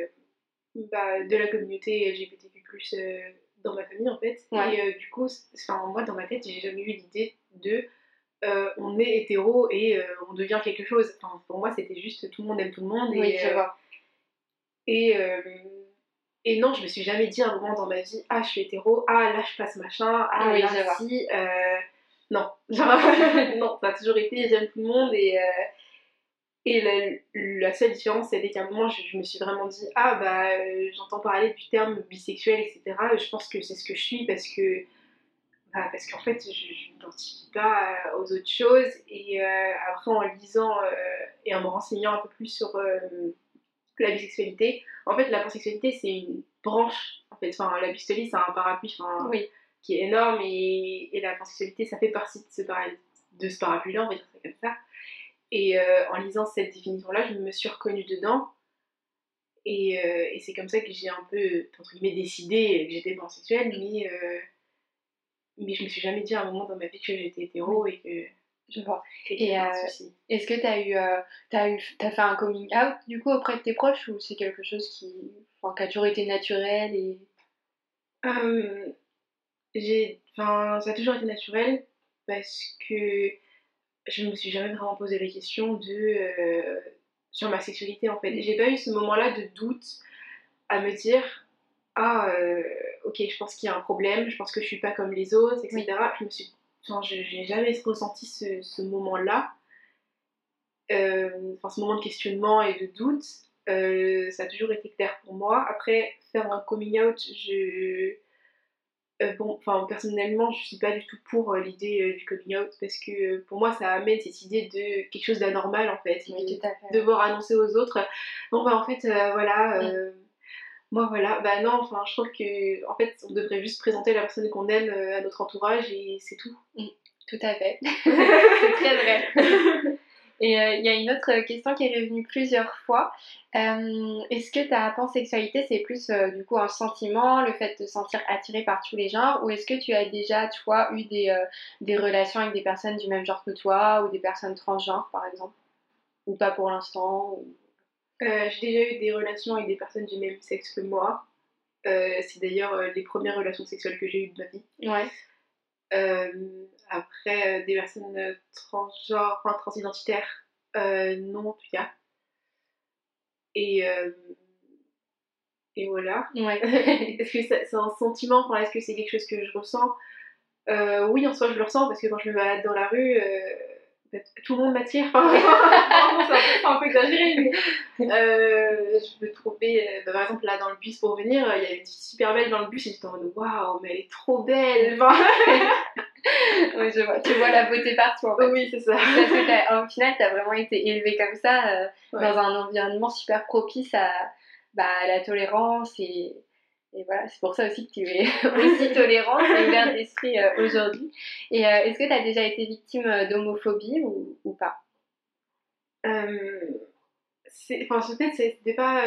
[SPEAKER 2] de la communauté LGBTQ+, dans ma famille en fait.
[SPEAKER 1] Ouais.
[SPEAKER 2] Et du coup, moi dans ma tête, j'ai jamais eu l'idée de on est hétéro et on devient quelque chose. Enfin, pour moi, c'était juste tout le monde aime tout le monde.
[SPEAKER 1] Oui, je vois.
[SPEAKER 2] Et, euh, et non, je me suis jamais dit à un moment dans ma vie, ah, je suis hétéro, ah, là, je passe machin, ah,
[SPEAKER 1] Oui,
[SPEAKER 2] là,
[SPEAKER 1] je vois.
[SPEAKER 2] si. Non, genre, non, ça a toujours été, j'aime tout le monde. Et la seule différence, c'était qu'à un moment, je me suis vraiment dit, ah, bah, j'entends parler du terme bisexuel, etc. Je pense que c'est ce que je suis parce qu'en fait, je m'identifie pas aux autres choses. Et après, en lisant et en me renseignant un peu plus sur la bisexualité, en fait, la pansexualité, c'est une branche. En fait, la bistolie, c'est un parapluie
[SPEAKER 1] Oui.
[SPEAKER 2] qui est énorme et la pansexualité, ça fait partie de ce parapluie-là, on va dire ça comme ça. Et en lisant cette définition-là, je me suis reconnue dedans. Et c'est comme ça que j'ai un peu, entre guillemets, décidé que j'étais pansexuelle, mais je me suis jamais dit à un moment dans ma vie que j'étais hétéro et que
[SPEAKER 1] Je vois.
[SPEAKER 2] qu'il y avait un souci.
[SPEAKER 1] Est-ce que t'as fait un coming out du coup auprès de tes proches ou c'est quelque chose qui a toujours été naturel et...
[SPEAKER 2] Euh, ça a toujours été naturel parce que je me suis jamais vraiment posé la question sur ma sexualité en fait. J'ai pas eu ce moment-là de doute à me dire ah ok, je pense qu'il y a un problème, je pense que je suis pas comme les autres, etc. J'ai jamais ressenti ce moment-là, ce moment de questionnement et de doute. Ça a toujours été clair pour moi. Après, faire un coming out, personnellement, je suis pas du tout pour l'idée du coming out parce que pour moi, ça amène cette idée de quelque chose d'anormal en fait.
[SPEAKER 1] Oui, tout à fait.
[SPEAKER 2] Devoir annoncer aux autres, bon bah en fait, voilà, moi voilà, bah non, enfin, je trouve que en fait, on devrait juste présenter la personne qu'on aime à notre entourage et c'est tout.
[SPEAKER 1] Tout à fait. C'est très vrai. Et il y a une autre question qui est revenue plusieurs fois. Est-ce que ta pansexualité, c'est plus du coup un sentiment, le fait de se sentir attiré par tous les genres, ou est-ce que tu as déjà, toi, eu des relations avec des personnes du même genre que toi, ou des personnes transgenres, par exemple? Ou pas pour l'instant
[SPEAKER 2] J'ai déjà eu des relations avec des personnes du même sexe que moi. C'est d'ailleurs les premières relations sexuelles que j'ai eues de ma vie.
[SPEAKER 1] Ouais.
[SPEAKER 2] Après, des personnes transgenres, enfin transidentitaires, non en tout cas. Et, euh, et voilà.
[SPEAKER 1] Ouais.
[SPEAKER 2] Est-ce que c'est un sentiment, enfin, est-ce que c'est quelque chose que je ressens Oui, en soi, je le ressens parce que quand je me balade dans la rue, tout le monde m'attire. Enfin, c'est un peu exagéré, mais je me trouvais, par exemple, là dans le bus pour venir, il y avait une fille super belle dans le bus et j'étais en mode waouh, mais elle est trop belle. Enfin,
[SPEAKER 1] Oui, je vois. Tu vois la beauté partout, en fait.
[SPEAKER 2] oui, c'est ça.
[SPEAKER 1] Parce que au final, tu as vraiment été élevée comme ça,
[SPEAKER 2] Ouais.
[SPEAKER 1] dans un environnement super propice à la tolérance. Et voilà, c'est pour ça aussi que tu es aussi tolérante et ouverte d'esprit aujourd'hui. Et est-ce que tu as déjà été victime d'homophobie ou pas?
[SPEAKER 2] Peut-être c'était pas.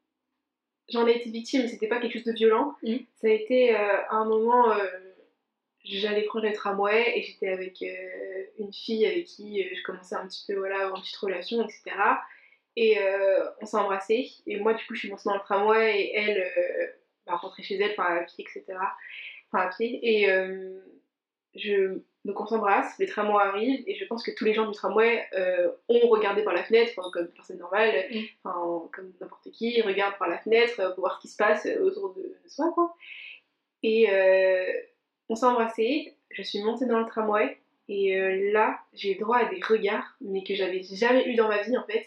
[SPEAKER 2] J'en ai été victime, mais c'était pas quelque chose de violent. Ça a été à un moment. j'allais prendre le tramway et j'étais avec une fille avec qui je commençais un petit peu, voilà, avoir une petite relation, etc. Et on s'est embrassés. Et moi, du coup, je suis montée dans le tramway et elle rentrait chez elle, enfin à pied, etc. Enfin à pied. Et donc on s'embrasse, les tramways arrivent et je pense que tous les gens du tramway ont regardé par la fenêtre, comme une personne normale, comme n'importe qui, regardent par la fenêtre pour voir ce qui se passe autour de soi, quoi. Et on s'est embrassés, je suis montée dans le tramway et là, j'ai eu droit à des regards, mais que j'avais jamais eu dans ma vie en fait,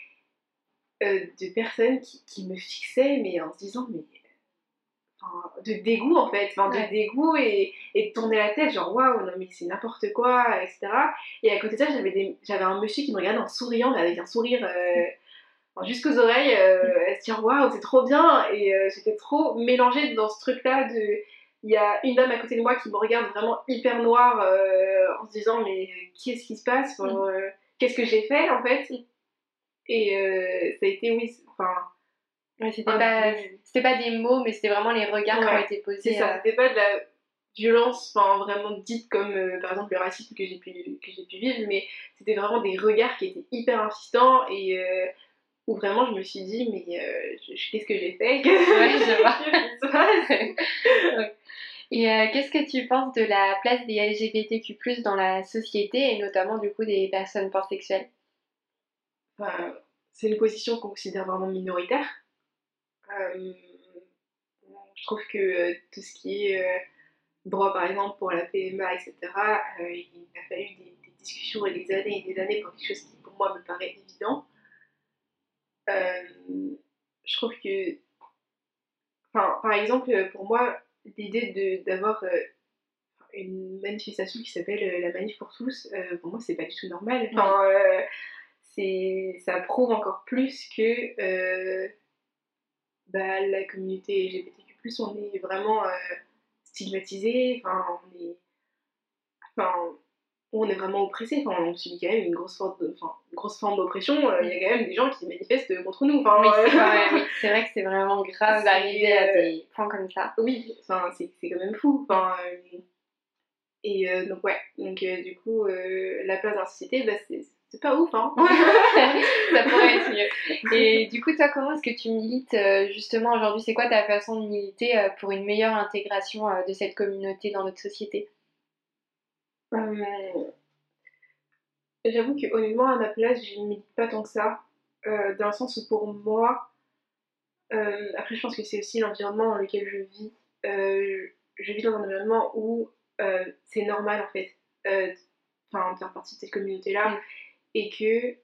[SPEAKER 2] de personnes qui me fixaient, mais en se disant, mais de dégoût en fait, de dégoût et de tourner la tête, genre waouh, non mais c'est n'importe quoi, etc. Et à côté de ça, j'avais un monsieur qui me regardait en souriant, mais avec un sourire jusqu'aux oreilles, à se dire waouh, c'est trop bien. Et j'étais trop mélangée dans ce truc-là de. Il y a une dame à côté de moi qui me regarde vraiment hyper noire en se disant mais qu'est-ce qui se passe, qu'est-ce que j'ai fait en fait. Et ça a été, oui, enfin.
[SPEAKER 1] Ouais, c'était pas des mots, mais c'était vraiment les regards qui ont été posés.
[SPEAKER 2] C'est ça, c'était pas de la violence vraiment dite comme par exemple le racisme que j'ai pu vivre, mais c'était vraiment des regards qui étaient hyper insistants et où vraiment je me suis dit mais qu'est-ce que j'ai fait,
[SPEAKER 1] ouais, je vois. Et qu'est-ce que tu penses de la place des LGBTQ+ dans la société et notamment du coup des personnes pansexuelles?
[SPEAKER 2] C'est une position qu'on considère vraiment minoritaire. Je trouve que tout ce qui est droit par exemple pour la PMA, etc., il a fallu des discussions et des années pour quelque chose qui pour moi me paraît évident. Je trouve que, par exemple, pour moi, l'idée d'avoir une manifestation qui s'appelle la Manif pour tous, pour moi, c'est pas du tout normal. Ça prouve encore plus que la communauté LGBTQ+, on est vraiment stigmatisé, on est vraiment oppressé, on subit quand même une grosse forme d'oppression, il y a quand même des gens qui manifestent contre nous.
[SPEAKER 1] Oui, c'est vrai que c'est vraiment grave d'arriver à des points comme ça.
[SPEAKER 2] Oui, c'est quand même fou. Donc ouais, du coup, la place dans la société, c'est pas ouf, hein.
[SPEAKER 1] Ça pourrait être mieux. Et du coup, toi, comment est-ce que tu milites justement aujourd'hui? C'est quoi ta façon de militer pour une meilleure intégration de cette communauté dans notre société?
[SPEAKER 2] J'avoue que honnêtement, à ma place, je ne milite pas tant que ça, dans le sens où pour moi, après je pense que c'est aussi l'environnement dans lequel je vis. Je vis dans un environnement où c'est normal en fait, de faire partie de cette communauté-là, et que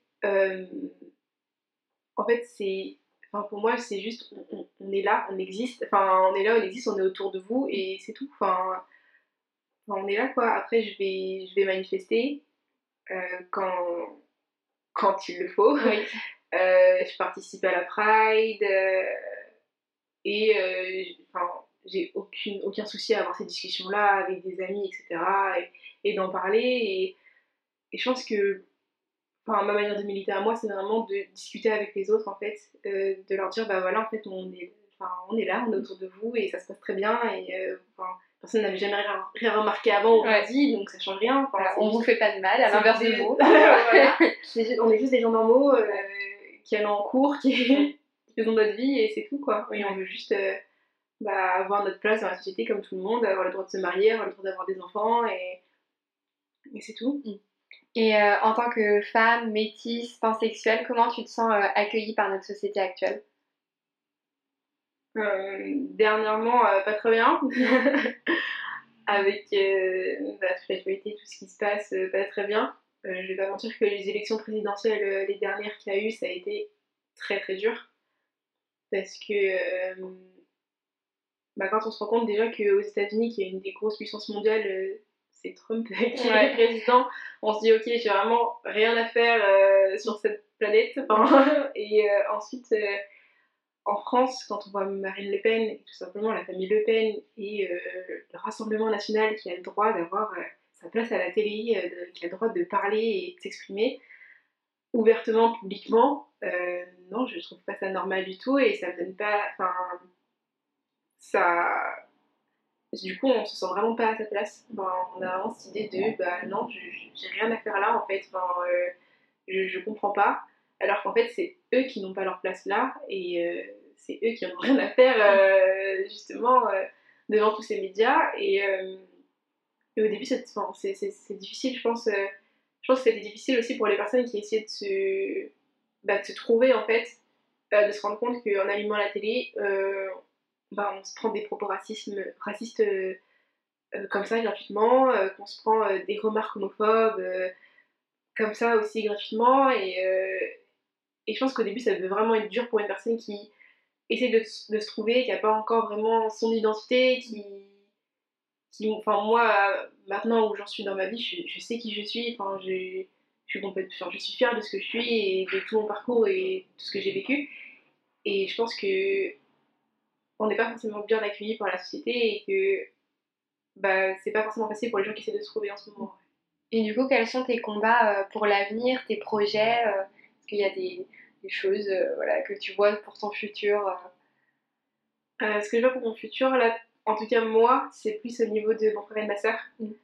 [SPEAKER 2] en fait pour moi c'est juste on est là, on existe, on est là, on existe, on est autour de vous et c'est tout. On est là quoi. Après je vais manifester quand il le faut.
[SPEAKER 1] Oui.
[SPEAKER 2] Je participe à la Pride et j'ai aucun souci à avoir ces discussions-là avec des amis, etc. Et d'en parler. Et je pense que ma manière de militer à moi, c'est vraiment de discuter avec les autres, en fait, de leur dire, bah voilà, en fait, on est là, on est autour de vous et ça se passe très bien. Et personne n'avait jamais rien remarqué avant ou rien dit, donc ça change rien.
[SPEAKER 1] On vous fait pas de mal, à l'inverse de vous.
[SPEAKER 2] Voilà. On est juste des gens normaux qui allons en cours, qui faisons notre vie et c'est tout, quoi. Et on veut juste avoir notre place dans la société comme tout le monde, avoir le droit de se marier, avoir le droit d'avoir des enfants et c'est tout.
[SPEAKER 1] Et en tant que femme, métisse, pansexuelle, comment tu te sens accueillie par notre société actuelle?
[SPEAKER 2] Dernièrement, pas très bien. Avec toute l'actualité, tout ce qui se passe, pas très bien. Je vais pas mentir que les élections présidentielles, les dernières qu'il y a eu, ça a été très très dur. Parce que quand on se rend compte déjà qu'aux États-Unis, qui est une des grosses puissances mondiales, c'est Trump qui est le président, on se dit ok, j'ai vraiment rien à faire sur cette planète. Et ensuite, en France, quand on voit Marine Le Pen, et tout simplement la famille Le Pen et le Rassemblement national qui a le droit d'avoir sa place à la télé, qui a le droit de parler et de s'exprimer ouvertement, publiquement, non, je trouve pas ça normal du tout et ça me donne pas. Ça. Du coup, on se sent vraiment pas à sa place. Enfin, on a vraiment cette idée de bah non, j'ai rien à faire là en fait. Enfin, je comprends pas. Alors qu'en fait, c'est eux qui n'ont pas leur place là et c'est eux qui n'ont rien à faire justement devant tous ces médias. Et au début, enfin, c'est difficile, je pense. Je pense que c'était difficile aussi pour les personnes qui essayaient de se trouver en fait, de se rendre compte qu'en allumant la télé, bah, on se prend des propos racistes comme ça gratuitement, qu'on se prend des remarques homophobes comme ça aussi gratuitement. Et je pense qu'au début, ça devait vraiment être dur pour une personne qui essaie de se trouver, qui n'a pas encore vraiment son identité, enfin moi, maintenant où j'en suis dans ma vie, je sais qui je suis, enfin, enfin, je suis fière de ce que je suis et de tout mon parcours et tout ce que j'ai vécu. Et je pense que on n'est pas forcément bien accueillis par la société et que bah, c'est pas forcément facile pour les gens qui essaient de se trouver en ce moment.
[SPEAKER 1] Et du coup, quels sont tes combats pour l'avenir, tes projets Est-ce qu'il y a des choses voilà, que tu vois pour ton futur
[SPEAKER 2] Ce que je vois pour mon futur, là, en tout cas moi, c'est plus au niveau de mon frère et de ma soeur.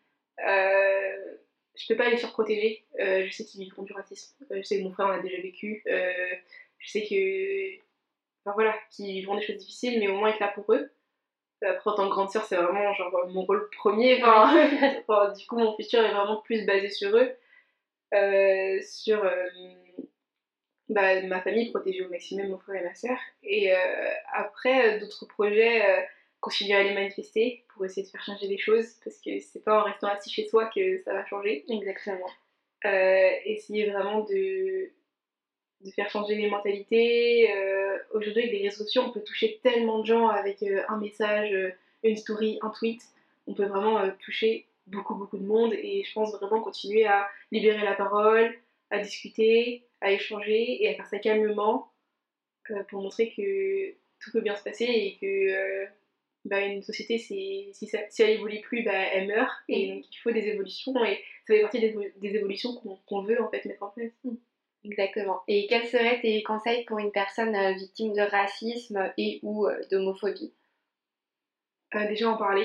[SPEAKER 2] Je peux pas les surprotéger. Je sais qu'ils vivront du racisme. Je sais que mon frère en a déjà vécu. Je sais que, enfin voilà, qu'ils vivront des choses difficiles, mais au moins être là pour eux. Après, en tant que grande sœur, c'est vraiment genre mon rôle premier. Enfin, enfin, du coup, mon futur est vraiment plus basé sur eux, sur bah, ma famille, protéger au maximum mon frère et ma soeur. Et après, d'autres projets, continuer à aller manifester pour essayer de faire changer les choses, parce que c'est pas en restant assis chez soi que ça va changer.
[SPEAKER 1] Exactement.
[SPEAKER 2] Essayer vraiment de faire changer les mentalités. Aujourd'hui, avec les réseaux sociaux, on peut toucher tellement de gens avec un message, une story, un tweet. On peut vraiment toucher beaucoup, beaucoup de monde et je pense vraiment continuer à libérer la parole, à discuter, à échanger et à faire ça calmement pour montrer que tout peut bien se passer et que bah, une société, si elle évolue plus, bah, elle meurt et donc il faut des évolutions et ça fait partie des évolutions qu'on veut en fait mettre en place.
[SPEAKER 1] Exactement. Et quels seraient tes conseils pour une personne victime de racisme et ou d'homophobie
[SPEAKER 2] Déjà en parler.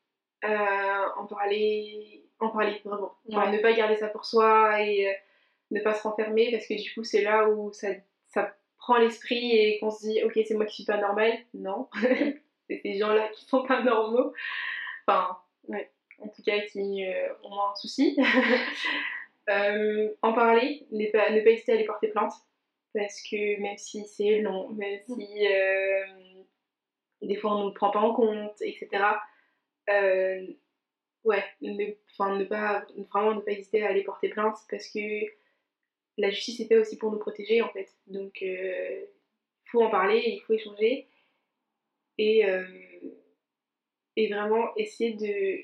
[SPEAKER 2] En parler vraiment. Enfin,
[SPEAKER 1] Ouais.
[SPEAKER 2] ne pas garder ça pour soi et ne pas se renfermer parce que du coup c'est là où ça prend l'esprit et qu'on se dit ok c'est moi qui suis pas normale. Non, c'est ces gens-là qui sont pas normaux. Enfin, ouais. En tout cas qui ont un souci. En parler, ne pas hésiter à aller porter plainte parce que même si c'est long, même si des fois on ne nous prend pas en compte, etc. Euh, ouais, vraiment ne pas hésiter à aller porter plainte parce que la justice est faite aussi pour nous protéger en fait. Donc il faut en parler, il faut échanger et, euh, et vraiment essayer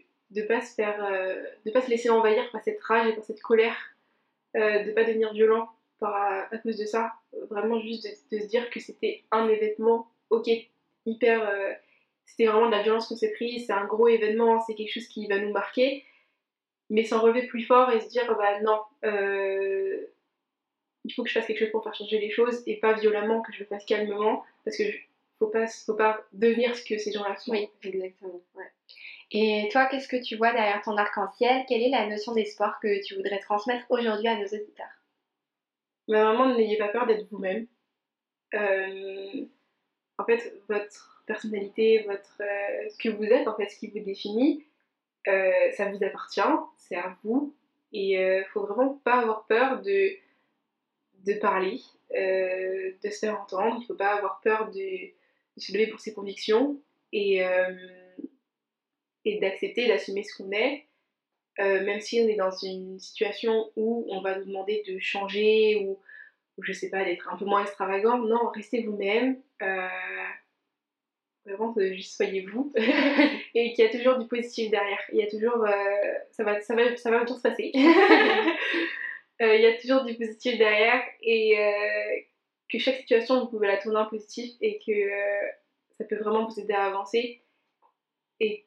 [SPEAKER 2] de pas se laisser envahir par cette rage et par cette colère, de pas devenir violent à cause de ça. Vraiment juste de se dire que c'était un événement, ok, hyper. C'était vraiment de la violence qu'on s'est pris, c'est un gros événement, c'est quelque chose qui va nous marquer, mais s'en relever plus fort et se dire bah non, il faut que je fasse quelque chose pour faire changer les choses et pas violemment, que je le fasse calmement parce que faut pas devenir ce que ces gens-là sont.
[SPEAKER 1] Oui, exactement. Ouais. Et toi, qu'est-ce que tu vois derrière ton arc-en-ciel? Quelle est la notion d'espoir que tu voudrais transmettre aujourd'hui à nos auditeurs?
[SPEAKER 2] Mais vraiment, n'ayez pas peur d'être vous-même. En fait, votre personnalité, ce que vous êtes, en fait, ce qui vous définit, ça vous appartient, c'est à vous. Et faut vraiment pas avoir peur de parler, de se faire entendre. Il faut pas avoir peur de se lever pour ses convictions et, et d'accepter, d'assumer ce qu'on est. Même si on est dans une situation où on va nous demander de changer ou je sais pas, d'être un peu moins extravagant, non, restez vous-même. Vraiment, juste soyez vous. Et qu'il y a toujours du positif derrière. Il y a toujours. Ça va bien se passer. Il y a toujours du positif derrière et que chaque situation, vous pouvez la tourner en positif et que ça peut vraiment vous aider à avancer. Et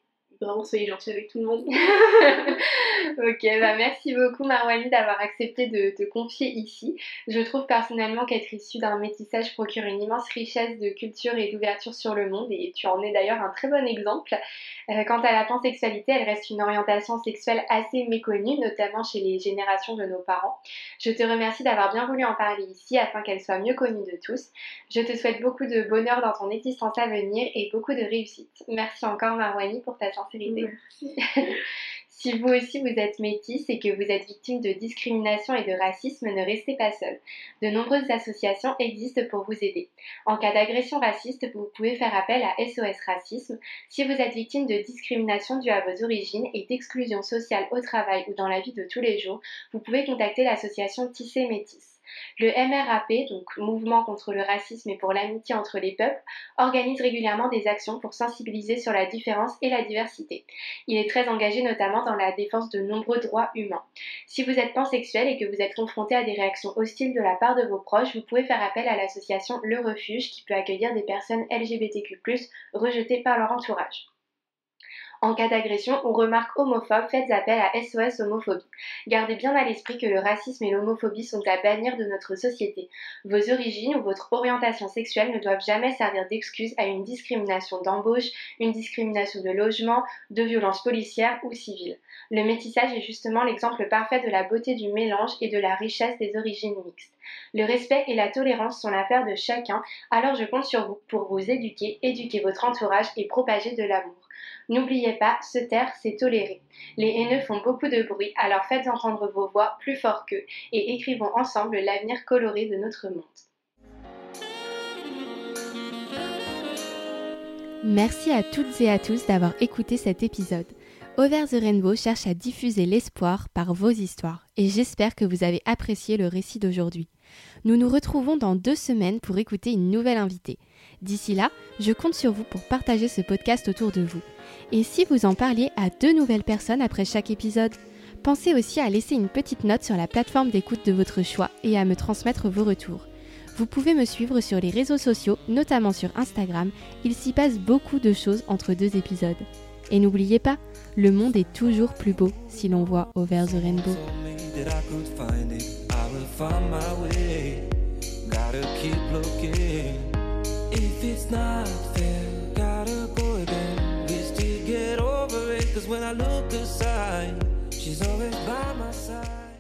[SPEAKER 2] vraiment soyez gentils avec tout le monde.
[SPEAKER 1] Ok, merci beaucoup Marwani d'avoir accepté de te confier ici. Je trouve personnellement qu'être issue d'un métissage procure une immense richesse de culture et d'ouverture sur le monde et tu en es d'ailleurs un très bon exemple. Quant à la pansexualité, elle reste une orientation sexuelle assez méconnue, notamment chez les générations de nos parents. Je te remercie d'avoir bien voulu en parler ici afin qu'elle soit mieux connue de tous. Je te souhaite beaucoup de bonheur dans ton existence à venir et beaucoup de réussite. Merci encore Marwani pour ta sincérité.
[SPEAKER 2] Merci.
[SPEAKER 1] Si vous aussi vous êtes métisse et que vous êtes victime de discrimination et de racisme, ne restez pas seul. De nombreuses associations existent pour vous aider. En cas d'agression raciste, vous pouvez faire appel à SOS Racisme. Si vous êtes victime de discrimination due à vos origines et d'exclusion sociale au travail ou dans la vie de tous les jours, vous pouvez contacter l'association Tissé Métis. Le MRAP, donc Mouvement contre le racisme et pour l'amitié entre les peuples, organise régulièrement des actions pour sensibiliser sur la différence et la diversité. Il est très engagé notamment dans la défense de nombreux droits humains. Si vous êtes pansexuel et que vous êtes confronté à des réactions hostiles de la part de vos proches, vous pouvez faire appel à l'association Le Refuge qui peut accueillir des personnes LGBTQ+, rejetées par leur entourage. En cas d'agression ou remarque homophobe, faites appel à SOS Homophobie. Gardez bien à l'esprit que le racisme et l'homophobie sont à bannir de notre société. Vos origines ou votre orientation sexuelle ne doivent jamais servir d'excuse à une discrimination d'embauche, une discrimination de logement, de violence policière ou civile. Le métissage est justement l'exemple parfait de la beauté du mélange et de la richesse des origines mixtes. Le respect et la tolérance sont l'affaire de chacun, alors je compte sur vous pour vous éduquer votre entourage et propager de l'amour. N'oubliez pas, se taire, c'est tolérer. Les haineux font beaucoup de bruit, alors faites entendre vos voix plus fort qu'eux et écrivons ensemble l'avenir coloré de notre monde. Merci à toutes et à tous d'avoir écouté cet épisode. Over the Rainbow cherche à diffuser l'espoir par vos histoires et j'espère que vous avez apprécié le récit d'aujourd'hui. Nous nous retrouvons dans 2 semaines pour écouter une nouvelle invitée. D'ici là, je compte sur vous pour partager ce podcast autour de vous. Et si vous en parliez à 2 nouvelles personnes après chaque épisode, pensez aussi à laisser une petite note sur la plateforme d'écoute de votre choix et à me transmettre vos retours. Vous pouvez me suivre sur les réseaux sociaux, notamment sur Instagram, il s'y passe beaucoup de choses entre 2 épisodes. Et n'oubliez pas, le monde est toujours plus beau si l'on voit Over the Rainbow. If it's not fair, gotta go again. We still get over it, 'cause when I look aside, she's always by my side.